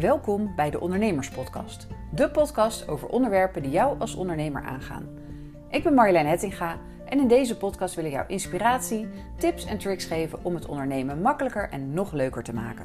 Welkom bij de Ondernemerspodcast. De podcast over onderwerpen die jou als ondernemer aangaan. Ik ben Marjolein Hettinga en in deze podcast wil ik jou inspiratie, tips en tricks geven om het ondernemen makkelijker en nog leuker te maken.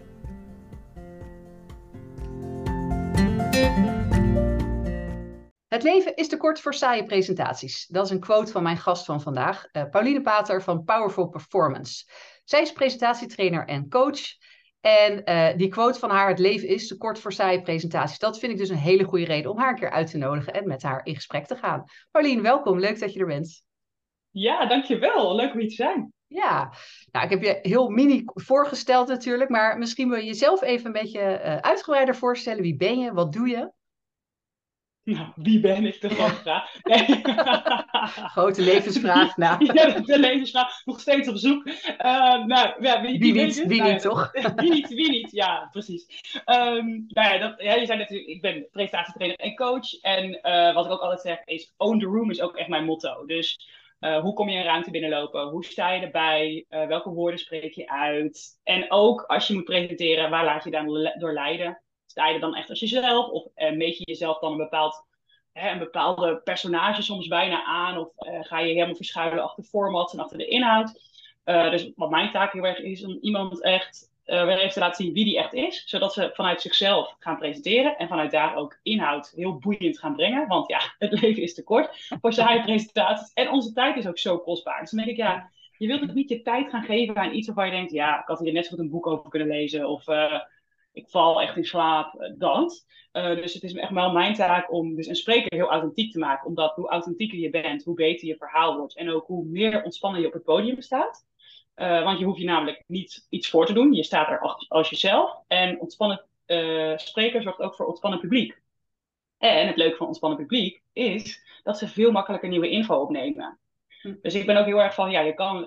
Het leven is te kort voor saaie presentaties. Dat is een quote van mijn gast van vandaag, Pauline Pater van Powerful Performance. Zij is presentatietrainer en coach. En die quote van haar, het leven is te kort voor saaie presentaties. Dat vind ik dus een hele goede reden om haar een keer uit te nodigen en met haar in gesprek te gaan. Pauline, welkom. Leuk dat je er bent. Ja, dankjewel. Leuk om hier te zijn. Ja, nou, ik heb je heel mini voorgesteld natuurlijk, maar misschien wil je jezelf even een beetje uitgebreider voorstellen. Wie ben je? Wat doe je? Nou, wie ben ik? De grote vraag. Nee. Grote levensvraag. Nou. Ja, de levensvraag. Nog steeds op zoek. Nou, ja, wie niet, ben wie nou, niet, toch? Wie niet. Ja, precies. Nou ja, je zei natuurlijk, ik ben presentatietrainer en coach. En wat ik ook altijd zeg is, own the room is ook echt mijn motto. Dus hoe kom je een ruimte binnenlopen? Hoe sta je erbij? Welke woorden spreek je uit? En ook als je moet presenteren, waar laat je dan door leiden? Sta je er dan echt als jezelf? Of meet je jezelf dan een bepaalde personage soms bijna aan? Of ga je helemaal verschuilen achter format en achter de inhoud? Dus wat mijn taak heel erg is om iemand echt weer even te laten zien wie die echt is. Zodat ze vanuit zichzelf gaan presenteren. En vanuit daar ook inhoud heel boeiend gaan brengen. Want ja, het leven is te kort voor saaie presentaties. En onze tijd is ook zo kostbaar. Dus dan denk ik, ja, je wilt ook niet je tijd gaan geven aan iets waarvan je denkt, ja, ik had hier net zo goed een boek over kunnen lezen. Of ik val echt in slaap, dat. Dus het is echt wel mijn taak om dus een spreker heel authentiek te maken. Omdat hoe authentieker je bent, hoe beter je verhaal wordt. En ook hoe meer ontspannen je op het podium staat. Want je hoeft je namelijk niet iets voor te doen. Je staat er als jezelf. En ontspannen spreker zorgt ook voor ontspannen publiek. En het leuke van ontspannen publiek is dat ze veel makkelijker nieuwe info opnemen. Dus ik ben ook heel erg van, ja, je kan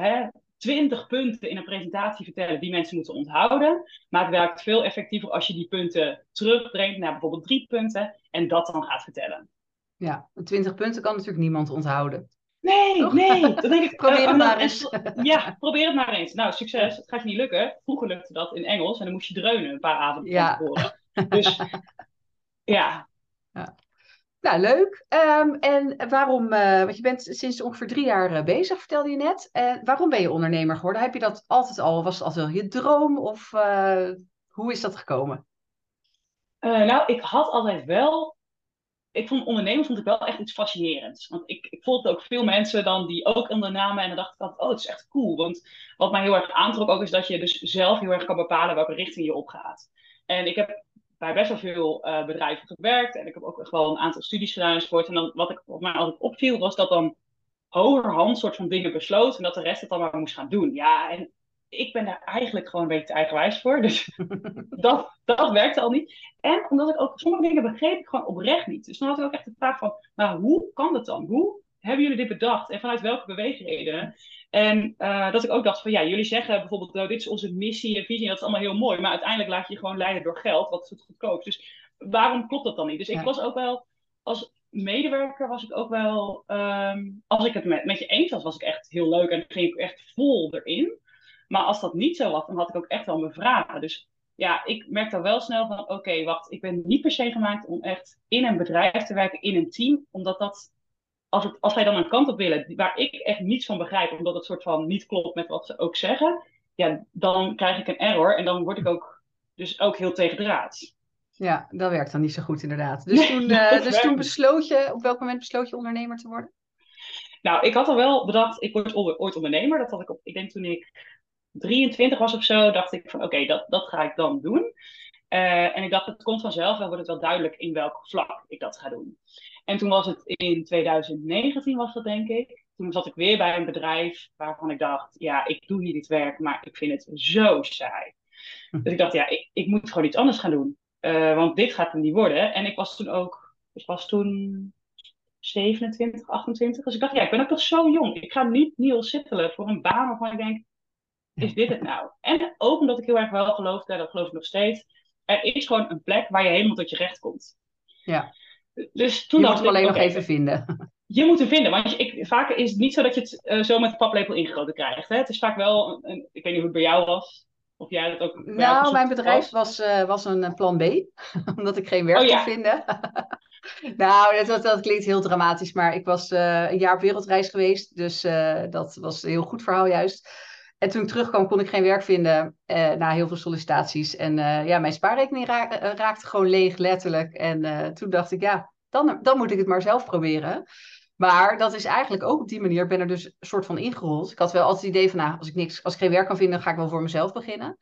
20 punten in een presentatie vertellen die mensen moeten onthouden. Maar het werkt veel effectiever als je die punten terugbrengt naar bijvoorbeeld 3 punten en dat dan gaat vertellen. Ja, 20 punten kan natuurlijk niemand onthouden. Nee. Dan denk ik, probeer het maar eens. Ja, probeer het maar eens. Nou, succes. Het gaat je niet lukken. Vroeger lukte dat in Engels en dan moest je dreunen een paar avonden van tevoren. Dus ja. Nou, leuk. En waarom, want je bent sinds ongeveer 3 jaar bezig, vertelde je net. Waarom ben je ondernemer geworden? Heb je dat altijd al, was het altijd wel je droom of hoe is dat gekomen? Nou, ik had altijd wel. Ik vond ondernemen vond ik wel echt iets fascinerends. Want ik volgde ook veel mensen dan die ook ondernamen. En dan dacht ik altijd, oh, het is echt cool. Want wat mij heel erg aantrok ook is dat je dus zelf heel erg kan bepalen welke richting je opgaat. En ik heb bij best wel veel bedrijven gewerkt. En ik heb ook echt wel een aantal studies gedaan enzovoort. En dan wat mij altijd opviel was dat dan hogerhand soort van dingen besloot. En dat de rest het dan maar moest gaan doen. Ja, en ik ben daar eigenlijk gewoon een beetje te eigenwijs voor. Dus dat werkte al niet. En omdat ik ook sommige dingen begreep ik gewoon oprecht niet. Dus dan had ik ook echt de vraag van, maar hoe kan dat dan? Hoe hebben jullie dit bedacht? En vanuit welke beweegredenen? En dat ik ook dacht van, ja, jullie zeggen bijvoorbeeld, oh, dit is onze missie en visie. En dat is allemaal heel mooi. Maar uiteindelijk laat je je gewoon leiden door geld. Wat is het goedkoop? Dus waarom klopt dat dan niet? Dus ik was ook wel, als medewerker was ik ook wel, als ik het met je eens was ik echt heel leuk. En dan ging ik echt vol erin. Maar als dat niet zo was, dan had ik ook echt wel mijn vragen. Dus ja, ik merk dan wel snel van, oké, wacht, ik ben niet per se gemaakt om echt in een bedrijf te werken, in een team. Omdat dat, als zij dan een kant op willen, waar ik echt niets van begrijp, omdat het soort van niet klopt met wat ze ook zeggen, ja, dan krijg ik een error en dan word ik ook, dus ook heel tegendraads. Ja, dat werkt dan niet zo goed inderdaad. Dus toen besloot je, op welk moment besloot je ondernemer te worden? Nou, ik had al wel bedacht, ik word ooit ondernemer. Dat had ik denk toen ik 23 was of zo, dacht ik van oké, dat ga ik dan doen. En ik dacht, het komt vanzelf, dan wordt het wel duidelijk in welk vlak ik dat ga doen. En toen was het in 2019 was dat denk ik. Toen zat ik weer bij een bedrijf waarvan ik dacht, ja, ik doe hier dit werk, maar ik vind het zo saai. Dus ik dacht, ja, ik moet gewoon iets anders gaan doen. Want dit gaat hem niet worden. En ik was toen 27, 28. Dus ik dacht, ja, ik ben ook nog zo jong. Ik ga niet nieuw zittelen voor een baan waarvan ik denk, is dit het nou? En ook omdat ik heel erg wel geloofde, dat geloof ik nog steeds, er is gewoon een plek waar je helemaal tot je recht komt. Ja. Dus toen je dacht moet hem ik, alleen nog even vinden. Je moet hem vinden, want vaak is het niet zo dat je het zo met de paplepel ingegoten krijgt. Hè? Het is vaak wel, ik weet niet hoe het bij jou was. Of jij dat ook bij jou Nou, mijn gezocht bedrijf was? was een plan B, omdat ik geen Oh werk kon ja, vinden. Nou, dat klinkt heel dramatisch, maar ik was een jaar op wereldreis geweest. Dus dat was een heel goed verhaal juist. En toen ik terugkwam, kon ik geen werk vinden na heel veel sollicitaties. En ja, mijn spaarrekening raakte gewoon leeg, letterlijk. En toen dacht ik, ja, dan moet ik het maar zelf proberen. Maar dat is eigenlijk ook op die manier, ik ben er dus een soort van ingerold. Ik had wel altijd het idee van, nou, als ik geen werk kan vinden, dan ga ik wel voor mezelf beginnen.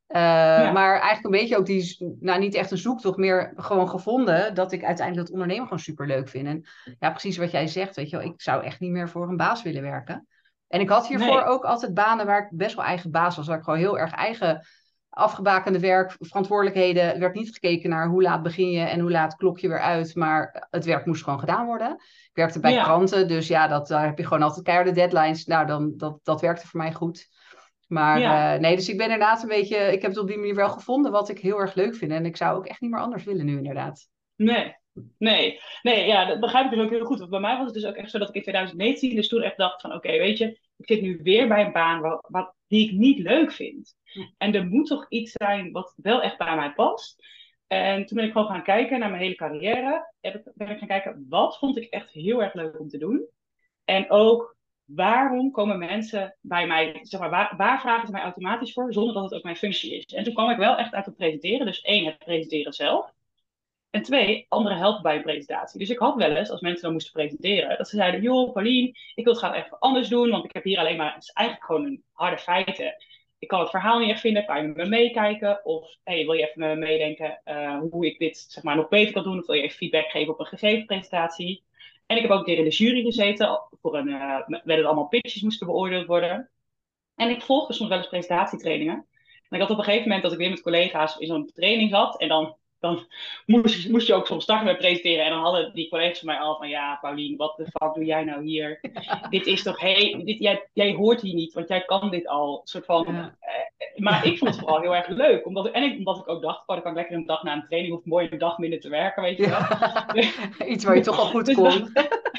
ja, Maar eigenlijk een beetje ook nou niet echt een zoektocht, meer gewoon gevonden dat ik uiteindelijk dat ondernemen gewoon super leuk vind. En ja, precies wat jij zegt, weet je wel, ik zou echt niet meer voor een baas willen werken. En ik had hiervoor nee, ook altijd banen waar ik best wel eigen baas was, waar ik gewoon heel erg eigen afgebakende werk, verantwoordelijkheden. Er werd niet gekeken naar hoe laat begin je en hoe laat klok je weer uit, maar het werk moest gewoon gedaan worden. Ik werkte bij ja, kranten, dus ja, daar heb je gewoon altijd keiharde deadlines. Nou, dat werkte voor mij goed. Maar ja. nee, dus ik ben inderdaad een beetje, ik heb het op die manier wel gevonden wat ik heel erg leuk vind. En ik zou ook echt niet meer anders willen nu, inderdaad. Nee, nee, ja, dat begrijp ik dus ook heel goed. Want bij mij was het dus ook echt zo dat ik in 2019 dus toen echt dacht van, oké, weet je, ik zit nu weer bij een baan die ik niet leuk vind. En er moet toch iets zijn wat wel echt bij mij past. En toen ben ik gewoon gaan kijken naar mijn hele carrière. Ben ik gaan kijken, wat vond ik echt heel erg leuk om te doen? En ook, waarom komen mensen bij mij, zeg maar, waar vragen ze mij automatisch voor, zonder dat het ook mijn functie is? En toen kwam ik wel echt uit het presenteren. Dus één, het presenteren zelf. En twee, anderen helpen bij een presentatie. Dus ik had wel eens, als mensen dan moesten presenteren, dat ze zeiden, joh, Paulien, ik wil het graag even anders doen, want ik heb hier alleen maar, het is eigenlijk gewoon een harde feiten. Ik kan het verhaal niet echt vinden, kan je met me meekijken? Of, hey, wil je even met me meedenken hoe ik dit, zeg maar, nog beter kan doen? Of wil je even feedback geven op een gegeven presentatie? En ik heb ook een keer in de jury gezeten, voor werden allemaal pitches moesten beoordeeld worden. En ik volgde soms wel eens presentatietrainingen. En ik had op een gegeven moment dat ik weer met collega's in zo'n training zat. En dan moest je ook soms starten met presenteren. En dan hadden die collega's van mij al van... Ja, Paulien, wat de fuck doe jij nou hier? Dit is toch... Jij hoort hier niet, want jij kan dit al. Soort van... Ja. Maar ik vond het vooral heel erg leuk. Omdat ik ook dacht... Oh, dan kan ik lekker een dag na een training... of mooi een dag minder te werken, weet je wel. Ja. Iets waar je toch al goed Dus, kon.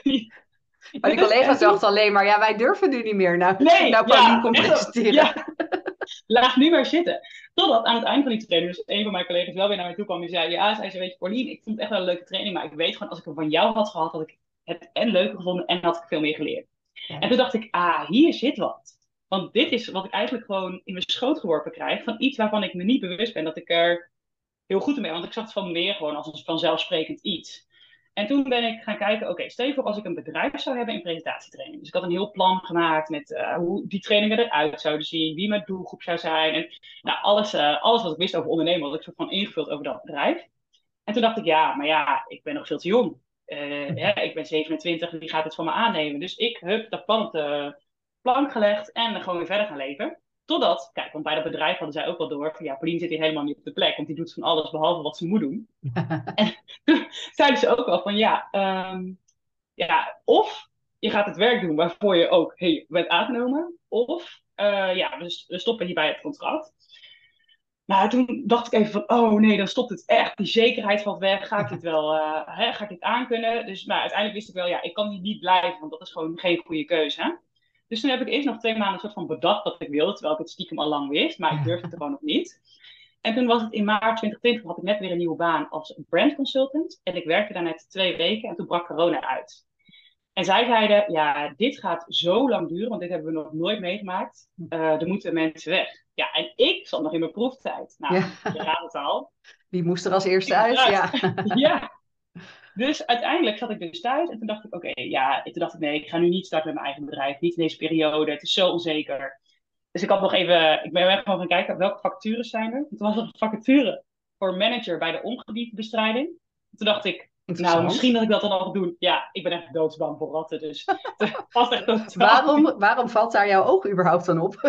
Maar die en collega's toen... dachten alleen maar, ja, wij durven nu niet meer. Nee, Nou Paulien ja, komt echt wel. presenteren. Ja, laat nu maar zitten. Totdat aan het eind van die training, dus een van mijn collega's wel weer naar mij toe kwam en zei: Ja, zei ze, weet je, Paulien, ik vond het echt wel een leuke training, maar ik weet gewoon, als ik hem van jou had gehad, had ik het en leuker gevonden en had ik veel meer geleerd. En Ja. toen dacht ik: Hier zit wat. Want dit is wat ik eigenlijk gewoon in mijn schoot geworpen krijg, van iets waarvan ik me niet bewust ben dat ik er heel goed in ben. Want ik zag het van meer gewoon als een vanzelfsprekend iets. En toen ben ik gaan kijken, oké, stel je voor als ik een bedrijf zou hebben in presentatietraining. Dus ik had een heel plan gemaakt met hoe die trainingen eruit zouden zien, wie mijn doelgroep zou zijn. En nou, alles wat ik wist over ondernemen, had ik soort van ingevuld over dat bedrijf. En toen dacht ik, ja, maar ja, ik ben nog veel te jong. Ik ben 27, wie gaat het van me aannemen? Dus ik heb dat plan op de plank gelegd en gewoon weer verder gaan leven. Totdat, kijk, want bij dat bedrijf hadden zij ook wel door van ja, Pauline zit hier helemaal niet op de plek, want die doet van alles behalve wat ze moet doen. En toen zeiden ze ook wel van ja, of je gaat het werk doen waarvoor je ook bent aangenomen, of ja, we stoppen hierbij het contract. Nou, toen dacht ik even van, oh nee, dan stopt het echt. Die zekerheid valt weg. Ga ik dit wel, ga ik dit aankunnen? Dus nou, uiteindelijk wist ik wel, ja, ik kan hier niet blijven, want dat is gewoon geen goede keuze. Hè? Dus toen heb ik eerst nog 2 maanden een soort van bedacht dat ik wilde, terwijl ik het stiekem al lang wist, maar ik durfde het gewoon nog niet. En toen was het in maart 2020, had ik net weer een nieuwe baan als brand consultant. En ik werkte daar net 2 weken en toen brak corona uit. En zij zeiden, ja, dit gaat zo lang duren, want dit hebben we nog nooit meegemaakt. Er moeten mensen weg. Ja, en ik zat nog in mijn proeftijd. Nou, Ja. je raadt het al. Wie moest er als eerste Ik moest uit? eruit. Ja. Ja, dus uiteindelijk zat ik dus thuis en toen dacht ik, oké, ja, toen dacht ik, nee, ik ga nu niet starten met mijn eigen bedrijf. Niet in deze periode, het is zo onzeker. Dus ik ik ben weer gewoon gaan kijken, welke vacatures zijn er? Toen was er een vacature voor manager bij de ongediertebestrijding. Toen dacht ik, nou, misschien Interessant. dat ik dat dan nog doen. Ja, ik ben echt doodsbang voor ratten, dus het past echt totaal niet. Waarom valt daar jouw oog überhaupt dan op?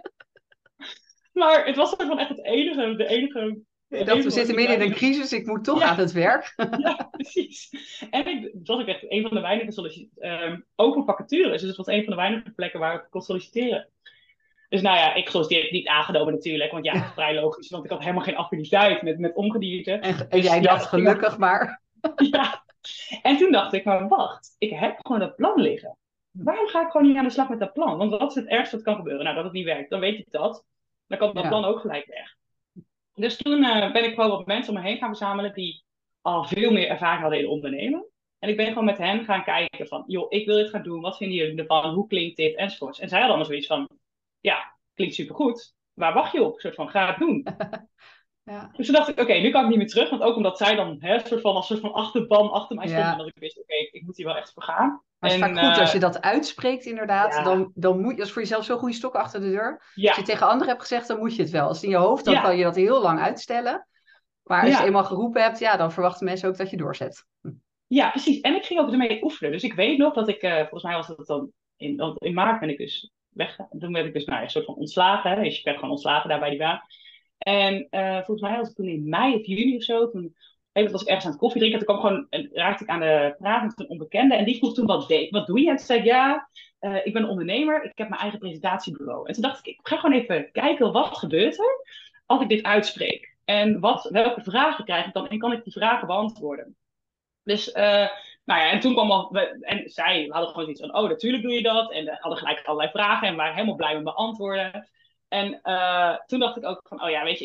Maar het was gewoon echt de Dat we reden waarom zitten ik midden erbij in een ging. crisis, ik moet toch aan Ja, het werk. ja, precies. En het was ook echt een van de weinige open vacatures. Dus het was een van de weinige plekken waar ik kon solliciteren. Dus nou ja, ik solliciteerde niet aangenomen natuurlijk. Want ja, vrij logisch. Want ik had helemaal geen affiniteit met ongedierte. En Dus jij ja, dacht dat ging ook. gelukkig maar. Ja. En toen dacht ik, maar wacht. Ik heb gewoon dat plan liggen. Waarom ga ik gewoon niet aan de slag met dat plan? Want wat is het ergste wat kan gebeuren? Nou, dat het niet werkt. Dan weet je dat. Dan kan dat Ja. plan ook gelijk weg. Dus toen ben ik gewoon wat mensen om me heen gaan verzamelen die al veel meer ervaring hadden in ondernemen. En ik ben gewoon met hen gaan kijken van, joh, ik wil dit gaan doen. Wat vinden jullie ervan? Hoe klinkt dit? Enzovoorts. En zij hadden allemaal zoiets van, ja, klinkt supergoed. Waar wacht je op? Een soort van, ga het doen. Ja. Dus toen dacht ik, oké, nu kan ik niet meer terug. Want ook omdat zij dan Soort van, als soort van achterban achter mij stond. En Ja. dat ik wist, oké, ik moet hier wel echt voor gaan. Maar het is En vaak goed als je dat uitspreekt, inderdaad. ja, Dan moet je, dat is voor jezelf zo'n goede stok achter de deur. Als je ja, het tegen anderen hebt gezegd, dan moet je het wel. Als het in je hoofd, dan kan ja, je dat heel lang uitstellen. Maar als je het ja. eenmaal geroepen hebt, ja, dan verwachten mensen ook dat je doorzet. Ja, precies. En ik ging ook ermee oefenen. Dus ik weet nog dat ik, volgens mij was het dan, want in maart ben ik dus weg. Toen werd ik dus nou, een soort van ontslagen. Hè. Dus je werd gewoon ontslagen daar bij die baan. En volgens mij was het toen in mei of juni of zo. Toen was ik ergens aan het koffie drinken. Toen kwam gewoon, raakte ik aan de praat met een onbekende. En die vroeg toen, wat doe je? En toen zei ik, ja, ik ben een ondernemer. Ik heb mijn eigen presentatiebureau. En toen dacht ik ga gewoon even kijken, wat gebeurt er als ik dit uitspreek? En welke vragen krijg ik dan? En kan ik die vragen beantwoorden? Dus, nou ja, en toen kwam al, en zij hadden gewoon zoiets van, oh, natuurlijk doe je dat. En hadden gelijk allerlei vragen en waren helemaal blij met mijn antwoorden. En toen dacht ik ook van, oh ja, weet je,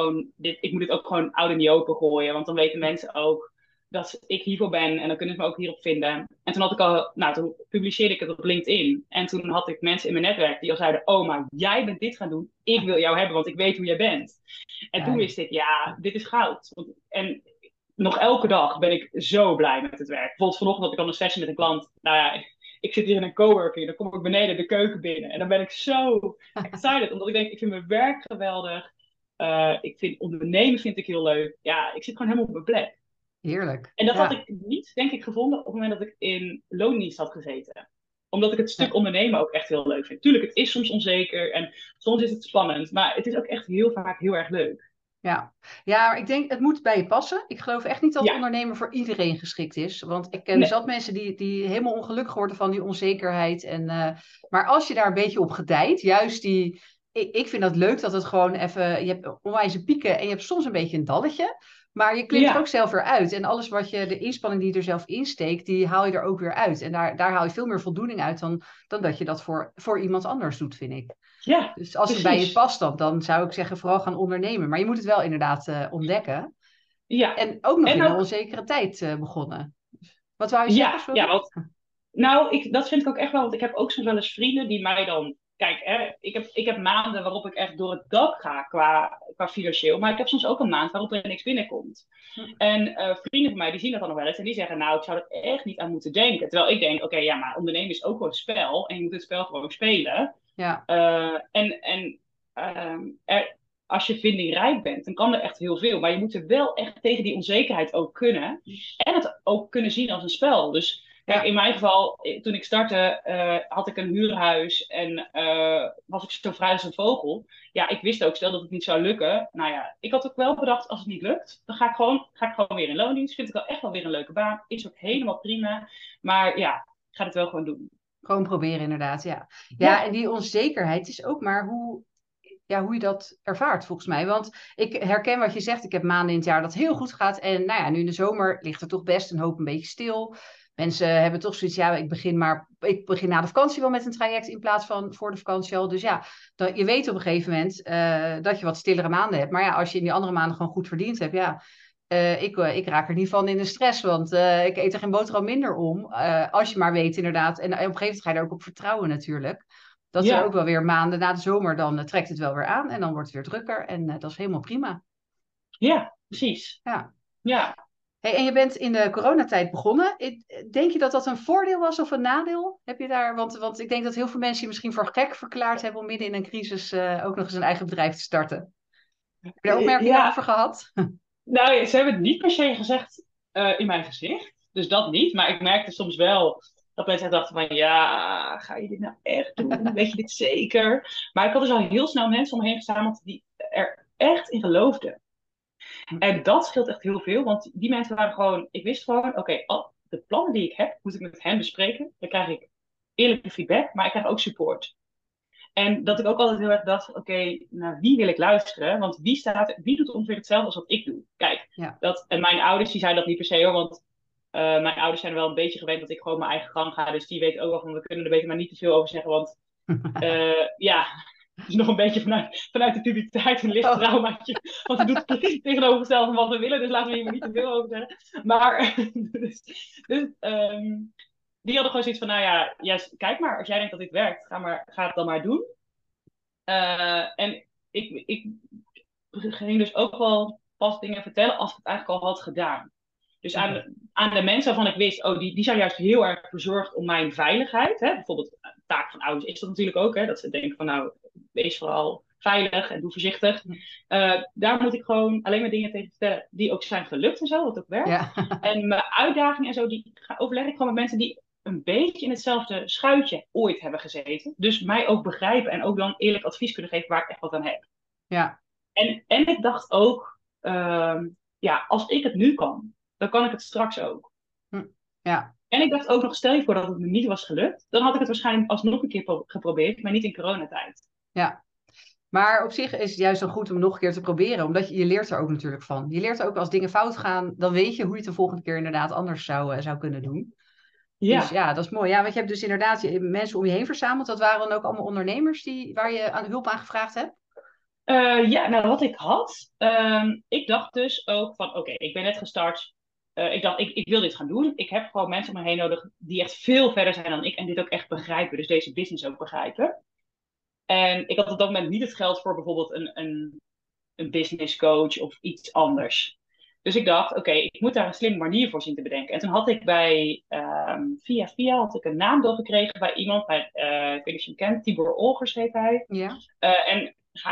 ik moet dit ook gewoon oud in die open gooien. Want dan weten mensen ook dat ik hiervoor ben en dan kunnen ze me ook hierop vinden. En toen toen publiceerde ik het op LinkedIn. En toen had ik mensen in mijn netwerk die al zeiden, oh, maar jij bent dit gaan doen. Ik wil jou hebben, want ik weet hoe jij bent. En toen Kijk, wist ik, ja, dit is goud. En nog elke dag ben ik zo blij met het werk. Bijvoorbeeld vanochtend had ik dan een sessie met een klant. Nou ja, ik zit hier in een coworking. Dan kom ik beneden de keuken binnen. En dan ben ik zo excited. Omdat ik denk, ik vind mijn werk geweldig. Ik vind ondernemen vind ik heel leuk. Ja, ik zit gewoon helemaal op mijn plek. heerlijk. En dat had Ja. ik niet, denk ik, gevonden op het moment dat ik in loondienst had gezeten. Omdat ik het stuk Nee. ondernemen ook echt heel leuk vind. Tuurlijk, het is soms onzeker en soms is het spannend. Maar het is ook echt heel vaak heel erg leuk. Ja. Ja, maar ik denk, het moet bij je passen. Ik geloof echt niet dat Ja, ondernemen voor iedereen geschikt is. Want ik ken nee, zat mensen die helemaal ongelukkig worden van die onzekerheid. Maar als je daar een beetje op gedijt, juist die... Ik vind dat leuk dat het gewoon even... Je hebt onwijze pieken en je hebt soms een beetje een dalletje. Maar je klimt er ook ja, zelf weer uit. En alles wat je, de inspanning die je er zelf insteekt, die haal je er ook weer uit. En daar haal je veel meer voldoening uit dan dat je dat voor iemand anders doet, vind ik. ja, Dus als het bij je precies. past, dan zou ik zeggen vooral gaan ondernemen. Maar je moet het wel inderdaad ontdekken. Ja, En ook nog en in een ook, onzekere tijd begonnen. Wat wou je zeggen, ja, sorry? nou, dat vind ik ook echt wel, want ik heb ook soms wel eens vrienden die mij dan, kijk, hè, ik heb maanden waarop ik echt door het dak ga qua financieel, maar ik heb soms ook een maand waarop er niks binnenkomt. Hm. En vrienden van mij, die zien dat dan nog wel eens en die zeggen, nou, ik zou er echt niet aan moeten denken. Terwijl ik denk, oké, ja, maar ondernemen is ook gewoon een spel en je moet het spel gewoon spelen. Ja, En als je vindingrijk bent, dan kan er echt heel veel. Maar je moet er wel echt tegen die onzekerheid ook kunnen. En het ook kunnen zien als een spel. Dus kijk, ja, in mijn geval, toen ik startte, had ik een huurhuis en was ik zo vrij als een vogel. Ja, ik wist ook, stel dat het niet zou lukken. Nou ja, ik had ook wel bedacht, als het niet lukt, dan ga ik gewoon weer in loondienst. Vind ik wel echt wel weer een leuke baan. Is ook helemaal prima. Maar ja, ik ga het wel gewoon doen. gewoon proberen inderdaad, ja. Ja, en Ja, die onzekerheid is ook maar hoe je dat ervaart, volgens mij. Want ik herken wat je zegt. Ik heb maanden in het jaar dat heel goed gaat. En nou ja, nu in de zomer ligt er toch best een hoop een beetje stil. Mensen hebben toch zoiets, ja, ik begin na de vakantie wel met een traject in plaats van voor de vakantie al. Dus ja, je weet op een gegeven moment dat je wat stillere maanden hebt. Maar ja, als je in die andere maanden gewoon goed verdiend hebt, ja, ik raak er niet van in de stress, want ik eet er geen boterham minder om. Als je maar weet, inderdaad. En op een gegeven moment ga je er ook op vertrouwen natuurlijk. Dat er ook ja, wel weer maanden na de zomer, dan trekt het wel weer aan. En dan wordt het weer drukker. En dat is helemaal prima. ja, precies. Ja. Ja. Hey, en je bent in de coronatijd begonnen. Denk je dat dat een voordeel was of een nadeel? Heb je daar, want ik denk dat heel veel mensen je misschien voor gek verklaard hebben om midden in een crisis ook nog eens een eigen bedrijf te starten. Heb je daar opmerkingen Ja, over gehad? nou, ja, ze hebben het niet per se gezegd in mijn gezicht. Dus dat niet. Maar ik merkte soms wel dat mensen echt dachten van... Ja, ga je dit nou echt doen? Weet je dit zeker? Maar ik had dus al heel snel mensen om me heen verzameld die er echt in geloofden. En dat scheelt echt heel veel. Want die mensen waren gewoon... Ik wist gewoon, oké, de plannen die ik heb, moet ik met hen bespreken. Dan krijg ik eerlijke feedback, maar ik krijg ook support. En dat ik ook altijd heel erg dacht, oké, naar wie wil ik luisteren? Want wie doet ongeveer hetzelfde als wat ik doe? Kijk, Ja. en mijn ouders die zeiden dat niet per se hoor, want mijn ouders zijn er wel een beetje gewend dat ik gewoon mijn eigen gang ga. Dus die weten ook wel van, we kunnen er beter maar niet te veel over zeggen, want ja. Dus nog een beetje vanuit de puberteit een licht traumaatje. Want het doet het tegenovergestelde van wat we willen. Dus laten we hier maar niet te veel over zeggen. Maar die hadden gewoon zoiets van, nou ja, juist, kijk maar. Als jij denkt dat dit werkt, ga het dan maar doen. En ik ging dus ook wel pas dingen vertellen als ik het eigenlijk al had gedaan. Dus aan de mensen waarvan ik wist, die zijn juist heel erg bezorgd om mijn veiligheid. Hè? Bijvoorbeeld, een taak van ouders is dat natuurlijk ook. Hè? Dat ze denken van, nou, wees vooral veilig en doe voorzichtig. Daar moet ik gewoon alleen maar dingen tegen vertellen die ook zijn gelukt en zo, wat ook werkt. Ja. En mijn uitdagingen en zo, die overleg ik gewoon met mensen die een beetje in hetzelfde schuitje ooit hebben gezeten. Dus mij ook begrijpen en ook dan eerlijk advies kunnen geven waar ik echt wat aan heb. Ja. En ik dacht ook, als ik het nu kan, dan kan ik het straks ook. Ja. En ik dacht ook nog, stel je voor dat het me niet was gelukt, dan had ik het waarschijnlijk alsnog een keer geprobeerd, maar niet in coronatijd. Ja. Maar op zich is het juist dan goed om nog een keer te proberen, omdat je leert er ook natuurlijk van. Je leert ook als dingen fout gaan, dan weet je hoe je het de volgende keer inderdaad anders zou kunnen doen. Ja. Dus ja, dat is mooi. Ja, want je hebt dus inderdaad mensen om je heen verzameld. Dat waren dan ook allemaal ondernemers waar je hulp aan gevraagd hebt? Wat ik had, ik dacht dus ook van, oké, ik ben net gestart. Ik dacht, ik wil dit gaan doen. Ik heb gewoon mensen om me heen nodig die echt veel verder zijn dan ik en dit ook echt begrijpen. Dus deze business ook begrijpen. En ik had op dat moment niet het geld voor bijvoorbeeld een business coach of iets anders. Dus ik dacht, oké, ik moet daar een slimme manier voor zien te bedenken. En toen had ik via had ik een naam doorgekregen bij iemand, ik weet niet of je hem kent, Tibor Olgers heet hij. Ja. En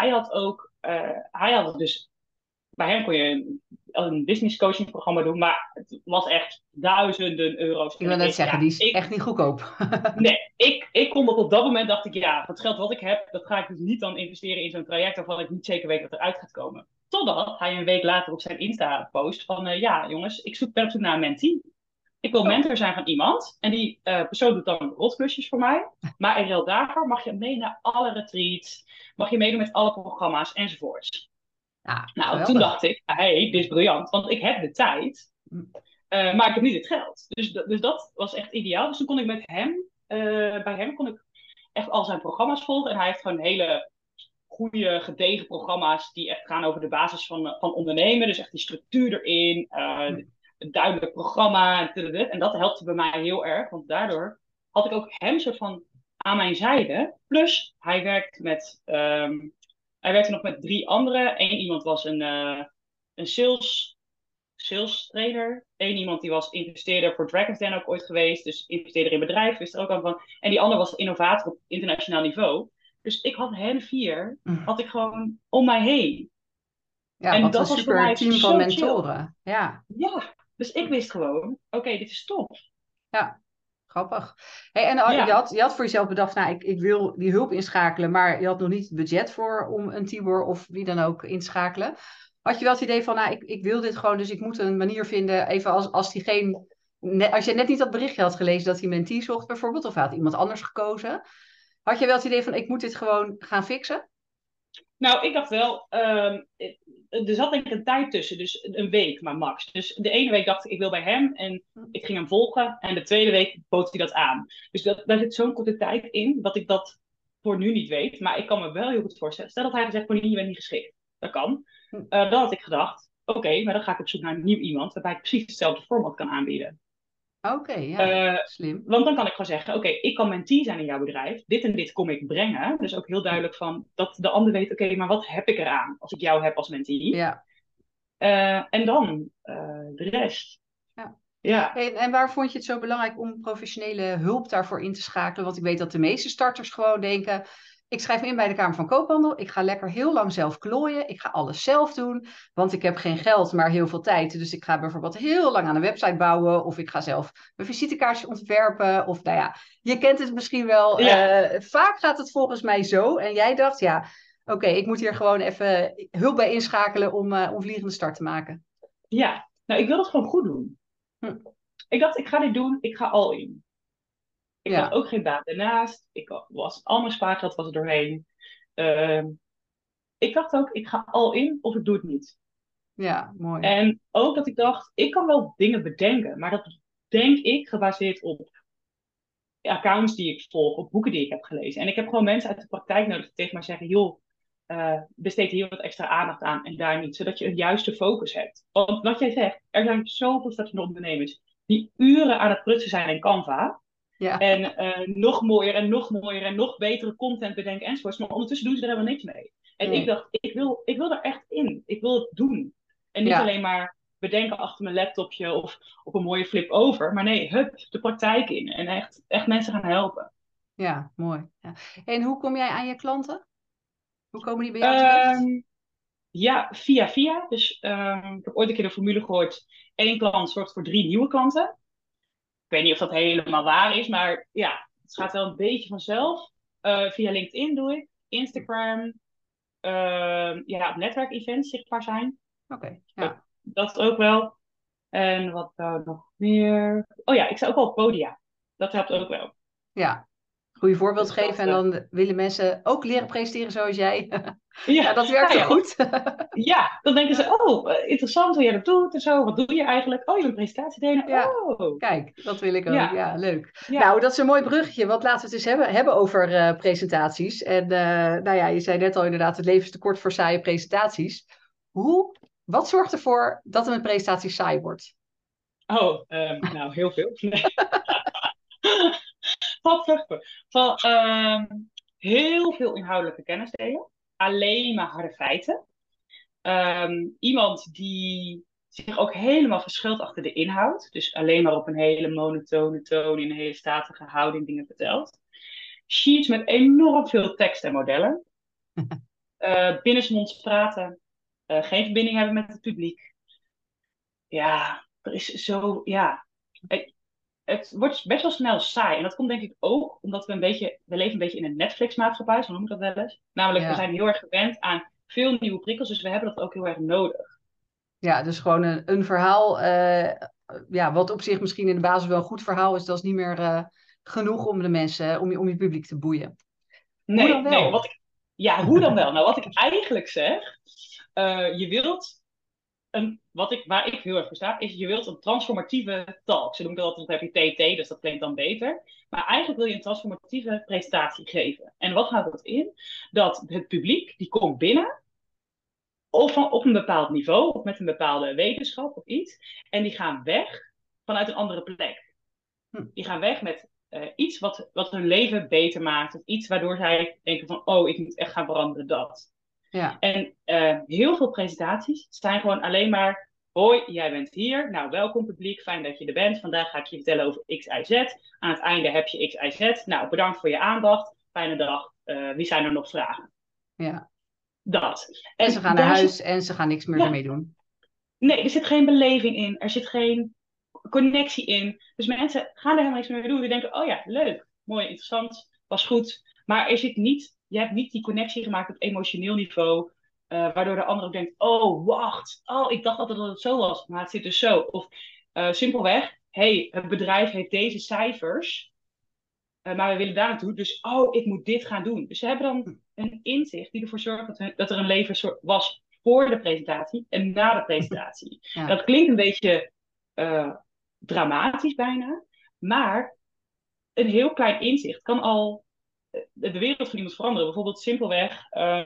hij had dus, bij hem kon je een business coaching programma doen, maar het was echt duizenden euro's. Ik wil net zeggen, die is echt niet goedkoop. Nee, ik kon op dat moment, dacht ik, ja, het geld wat ik heb, dat ga ik dus niet dan investeren in zo'n traject waarvan ik niet zeker weet wat eruit gaat komen. Totdat hij een week later op zijn Insta post van, ja jongens, ben op zoek naar een mentee. Ik wil mentor zijn van iemand en die persoon doet dan rotklusjes voor mij. Maar in ruil daarvoor mag je mee naar alle retreats, mag je meedoen met alle programma's enzovoorts. Ja, Nou, geweldig. toen dacht ik, hey, dit is briljant, want ik heb de tijd, maar ik heb niet het geld. Dus dat was echt ideaal. Dus toen kon ik met hem, bij hem kon ik echt al zijn programma's volgen. En hij heeft gewoon hele goede, gedegen programma's die echt gaan over de basis van ondernemen. Dus echt die structuur erin, een duidelijk programma. En dat helpte bij mij heel erg, want daardoor had ik ook hem soort van aan mijn zijde. Plus, hij werkte nog met 3 anderen. Eén iemand was een sales trainer. Eén iemand die was investeerder voor Dragon's Den ook ooit geweest. Dus investeerder in bedrijven, wist er ook al van. En die ander was innovator op internationaal niveau. Dus ik had hen 4, had ik gewoon om mij heen. Ja, en wat dat een was voor super mij team van zo mentoren. chill. Ja. Ja, dus ik wist gewoon, oké, dit is top. Ja, grappig. Hey, en je had voor jezelf bedacht, nou, ik wil die hulp inschakelen, maar je had nog niet het budget voor om een Tibor of wie dan ook in te schakelen. Had je wel het idee van, nou, ik wil dit gewoon, dus ik moet een manier vinden, even als je net niet dat berichtje had gelezen dat hij mentee zocht bijvoorbeeld, of hij had iemand anders gekozen. Had je wel het idee van, ik moet dit gewoon gaan fixen? Nou, ik dacht wel, er zat denk ik een tijd tussen, dus een week maar max. Dus de ene week dacht ik wil bij hem en ik ging hem volgen. En de tweede week bood hij dat aan. Dus daar zit zo'n korte tijd in, dat ik dat voor nu niet weet. Maar ik kan me wel heel goed voorstellen. Stel dat hij gezegd, Pauline, je bent niet geschikt. Dat kan. Dan had ik gedacht, oké, maar dan ga ik op zoek naar een nieuw iemand, waarbij ik precies hetzelfde format kan aanbieden. Oké, ja, slim. Want dan kan ik gewoon zeggen, oké, ik kan mentee zijn in jouw bedrijf. Dit en dit kom ik brengen. Dus ook heel duidelijk van dat de ander weet, oké, maar wat heb ik eraan als ik jou heb als mentee? Ja. En dan de rest. Ja. Hey, en waar vond je het zo belangrijk om professionele hulp daarvoor in te schakelen? Want ik weet dat de meeste starters gewoon denken, ik schrijf me in bij de Kamer van Koophandel, ik ga lekker heel lang zelf klooien, ik ga alles zelf doen, want ik heb geen geld, maar heel veel tijd. Dus ik ga bijvoorbeeld heel lang aan een website bouwen, of ik ga zelf mijn visitekaartjes ontwerpen, of nou ja, je kent het misschien wel. Ja. Vaak gaat het volgens mij zo. En jij dacht, ja, oké, ik moet hier gewoon even hulp bij inschakelen om vliegende start te maken. Ja, nou, ik wil dat gewoon goed doen. Ik dacht, ik ga dit doen, ik ga all in. Ik had ook geen baan daarnaast. Al mijn spaargeld was er doorheen. Ik dacht ook, ik ga all in of ik doe het niet. Ja, mooi. En ook dat ik dacht, ik kan wel dingen bedenken, maar dat denk ik gebaseerd op accounts die ik volg, of boeken die ik heb gelezen. En ik heb gewoon mensen uit de praktijk nodig die tegen mij zeggen, joh, besteed hier wat extra aandacht aan en daar niet, zodat je een juiste focus hebt. Want wat jij zegt, er zijn zoveel startende ondernemers die uren aan het prutsen zijn in Canva. Ja, En nog mooier en nog mooier en nog betere content bedenken enzovoorts. Maar ondertussen doen ze er helemaal niks mee. En ik nee. dacht, ik wil er echt in. Ik wil het doen. En niet Ja, alleen maar bedenken achter mijn laptopje of op een mooie flip over. Maar nee, hup, de praktijk in. En echt mensen gaan helpen. ja, mooi. Ja. En hoe kom jij aan je klanten? Hoe komen die bij jou terecht? Ehm, ja, via via. Dus ik heb ooit een keer de formule gehoord. Eén klant zorgt voor 3 nieuwe klanten. Ik weet niet of dat helemaal waar is. Maar ja, het gaat wel een beetje vanzelf. Via LinkedIn doe ik. Instagram. Ja, op netwerkevents zichtbaar zijn. Oké, ja. Dat ook wel. En wat nog meer? Oh ja, ik sta ook wel op podia. Dat helpt ook wel. Ja, goede voorbeeld Dus geven dat, en dan willen mensen ook leren presenteren zoals jij. Ja, ja, dat werkt nou toch ja, goed? ja, dan denken ze, oh, interessant hoe jij dat doet en zo. Wat doe je eigenlijk? Oh, je bent presentatietrainer. Ja, Oh, kijk, dat wil ik ook. ja, Ja, leuk. Nou, ja. dat is een mooi bruggetje, want laten we het eens hebben over presentaties. En nou ja, je zei net al inderdaad, het leven is te kort voor saaie presentaties. Wat zorgt ervoor dat een presentatie saai wordt? Oh, nou, heel veel. Wat vruchtbaar. Van heel veel inhoudelijke kennis delen. Alleen maar harde feiten. Iemand die zich ook helemaal verschilt achter de inhoud. Dus alleen maar op een hele monotone toon, in een hele statige houding dingen vertelt. Sheets met enorm veel tekst en modellen. Binnensmonds praten. Geen verbinding hebben met het publiek. Ja, er is zo, ja. Het wordt best wel snel saai. En dat komt denk ik ook omdat we leven een beetje in een Netflix-maatschappij, zo noem ik dat wel eens. Namelijk, we Ja, zijn heel erg gewend aan veel nieuwe prikkels, dus we hebben dat ook heel erg nodig. ja, dus gewoon een verhaal, ja, wat op zich misschien in de basis wel een goed verhaal is, dat is niet meer genoeg om de mensen, om je publiek te boeien. Hoe dan Nee, nee, wel? ja, hoe dan wel? Nou, wat ik eigenlijk zeg, je wilt waar ik heel erg voor sta, is je wilt een transformatieve talk. Ze noemen dat altijd, dan heb je TT, dus dat klinkt dan beter. Maar eigenlijk wil je een transformatieve presentatie geven. En wat houdt dat in? Dat het publiek, die komt binnen, of op een bepaald niveau, of met een bepaalde wetenschap of iets. En die gaan weg vanuit een andere plek. Hm, Die gaan weg met iets wat hun leven beter maakt. Of iets waardoor zij denken van, oh, ik moet echt gaan veranderen dat. ja, En heel veel presentaties zijn gewoon alleen maar, hoi, jij bent hier. Nou, welkom publiek, fijn dat je er bent. Vandaag ga ik je vertellen over X, Y, Z. Aan het einde heb je X, Y, Z. Nou, bedankt voor je aandacht. Fijne dag. Wie zijn er nog vragen? ja. Dat. En ze En gaan naar daar huis zit, en ze gaan niks meer ja, ermee doen. nee, er zit geen beleving in. Er zit geen connectie in. Dus mensen gaan er helemaal niks meer mee doen. Die denken, oh ja, leuk, mooi, interessant, was goed. Maar je hebt niet die connectie gemaakt op emotioneel niveau. Waardoor de ander ook denkt, oh, wacht. Oh, ik dacht altijd dat het zo was. Maar het zit dus zo. Of simpelweg, hey, het bedrijf heeft deze cijfers. Maar we willen daar naartoe. Dus, oh, ik moet dit gaan doen. Dus ze hebben dan een inzicht die ervoor zorgt dat er een leven was voor de presentatie en na de presentatie. En Ja, dat klinkt een beetje uh, dramatisch bijna. Maar een heel klein inzicht kan al de wereld van iemand veranderen. Bijvoorbeeld simpelweg,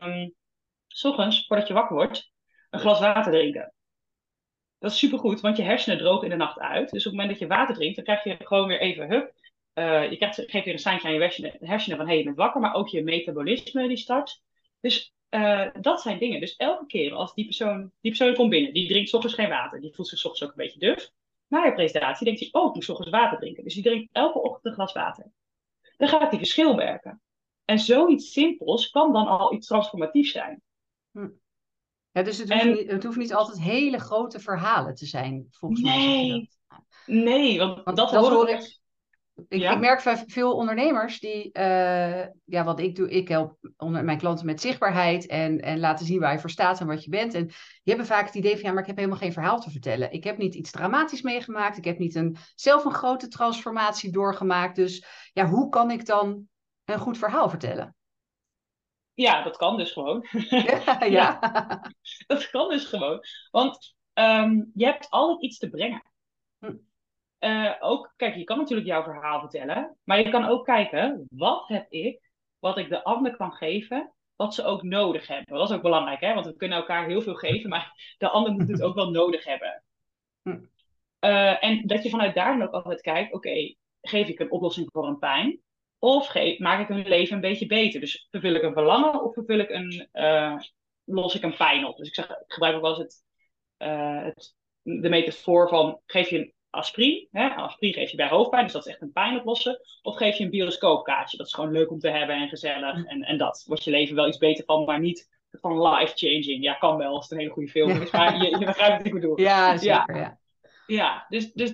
's ochtends, voordat je wakker wordt, een glas water drinken. Dat is supergoed, want je hersenen drogen in de nacht uit. Dus op het moment dat je water drinkt, dan krijg je gewoon weer even hup. Geeft weer een seintje aan je hersenen van hey, je bent wakker, maar ook je metabolisme die start. Dus dat zijn dingen. Dus elke keer als die persoon komt binnen, die drinkt 's ochtends geen water, die voelt zich 's ochtends ook een beetje duf. Na je presentatie denkt hij, oh, ik moet 's ochtends water drinken. Dus die drinkt elke ochtend een glas water. Dan gaat hij verschil merken. En zoiets simpels kan dan al iets transformatiefs zijn. hm. Ja, dus En het hoeft niet altijd hele grote verhalen te zijn, volgens mij zeg je dat. nee, nee, want Want dat dat hoor ik hoor ook ik. echt. Ik Ja? merk van veel ondernemers die, ja, wat ik doe, ik help mijn klanten met zichtbaarheid en laten zien waar je voor staat en wat je bent. En die hebben vaak het idee van, ja, maar ik heb helemaal geen verhaal te vertellen. Ik heb niet iets dramatisch meegemaakt. Ik heb niet zelf een grote transformatie doorgemaakt. Dus ja, hoe kan ik dan een goed verhaal vertellen? Ja, dat kan dus gewoon. Ja, Ja, ja. dat kan dus gewoon. Want je hebt altijd iets te brengen. Hm, ook, kijk, je kan natuurlijk jouw verhaal vertellen, maar je kan ook kijken, wat heb ik, wat ik de ander kan geven, wat ze ook nodig hebben. Dat is ook belangrijk, hè? Want we kunnen elkaar heel veel geven, maar de ander moet het ook wel nodig hebben. Hm. En dat je vanuit daar dan ook altijd kijkt, oké, geef ik een oplossing voor een pijn? Of maak ik hun leven een beetje beter? Dus vervul ik een verlangen of vervul ik los ik een pijn op? Dus ik gebruik ook wel eens de metafoor van, geef je een aspirine, hè? Aspirine geef je bij hoofdpijn, dus dat is echt een pijn oplossen. Of geef je een bioscoopkaartje, dat is gewoon leuk om te hebben en gezellig. En dat wordt je leven wel iets beter van, maar niet van life-changing. Ja, kan wel als het een hele goede film is, maar je begrijpt wat ik bedoel. Ja, Ja, zeker, ja. ja, dus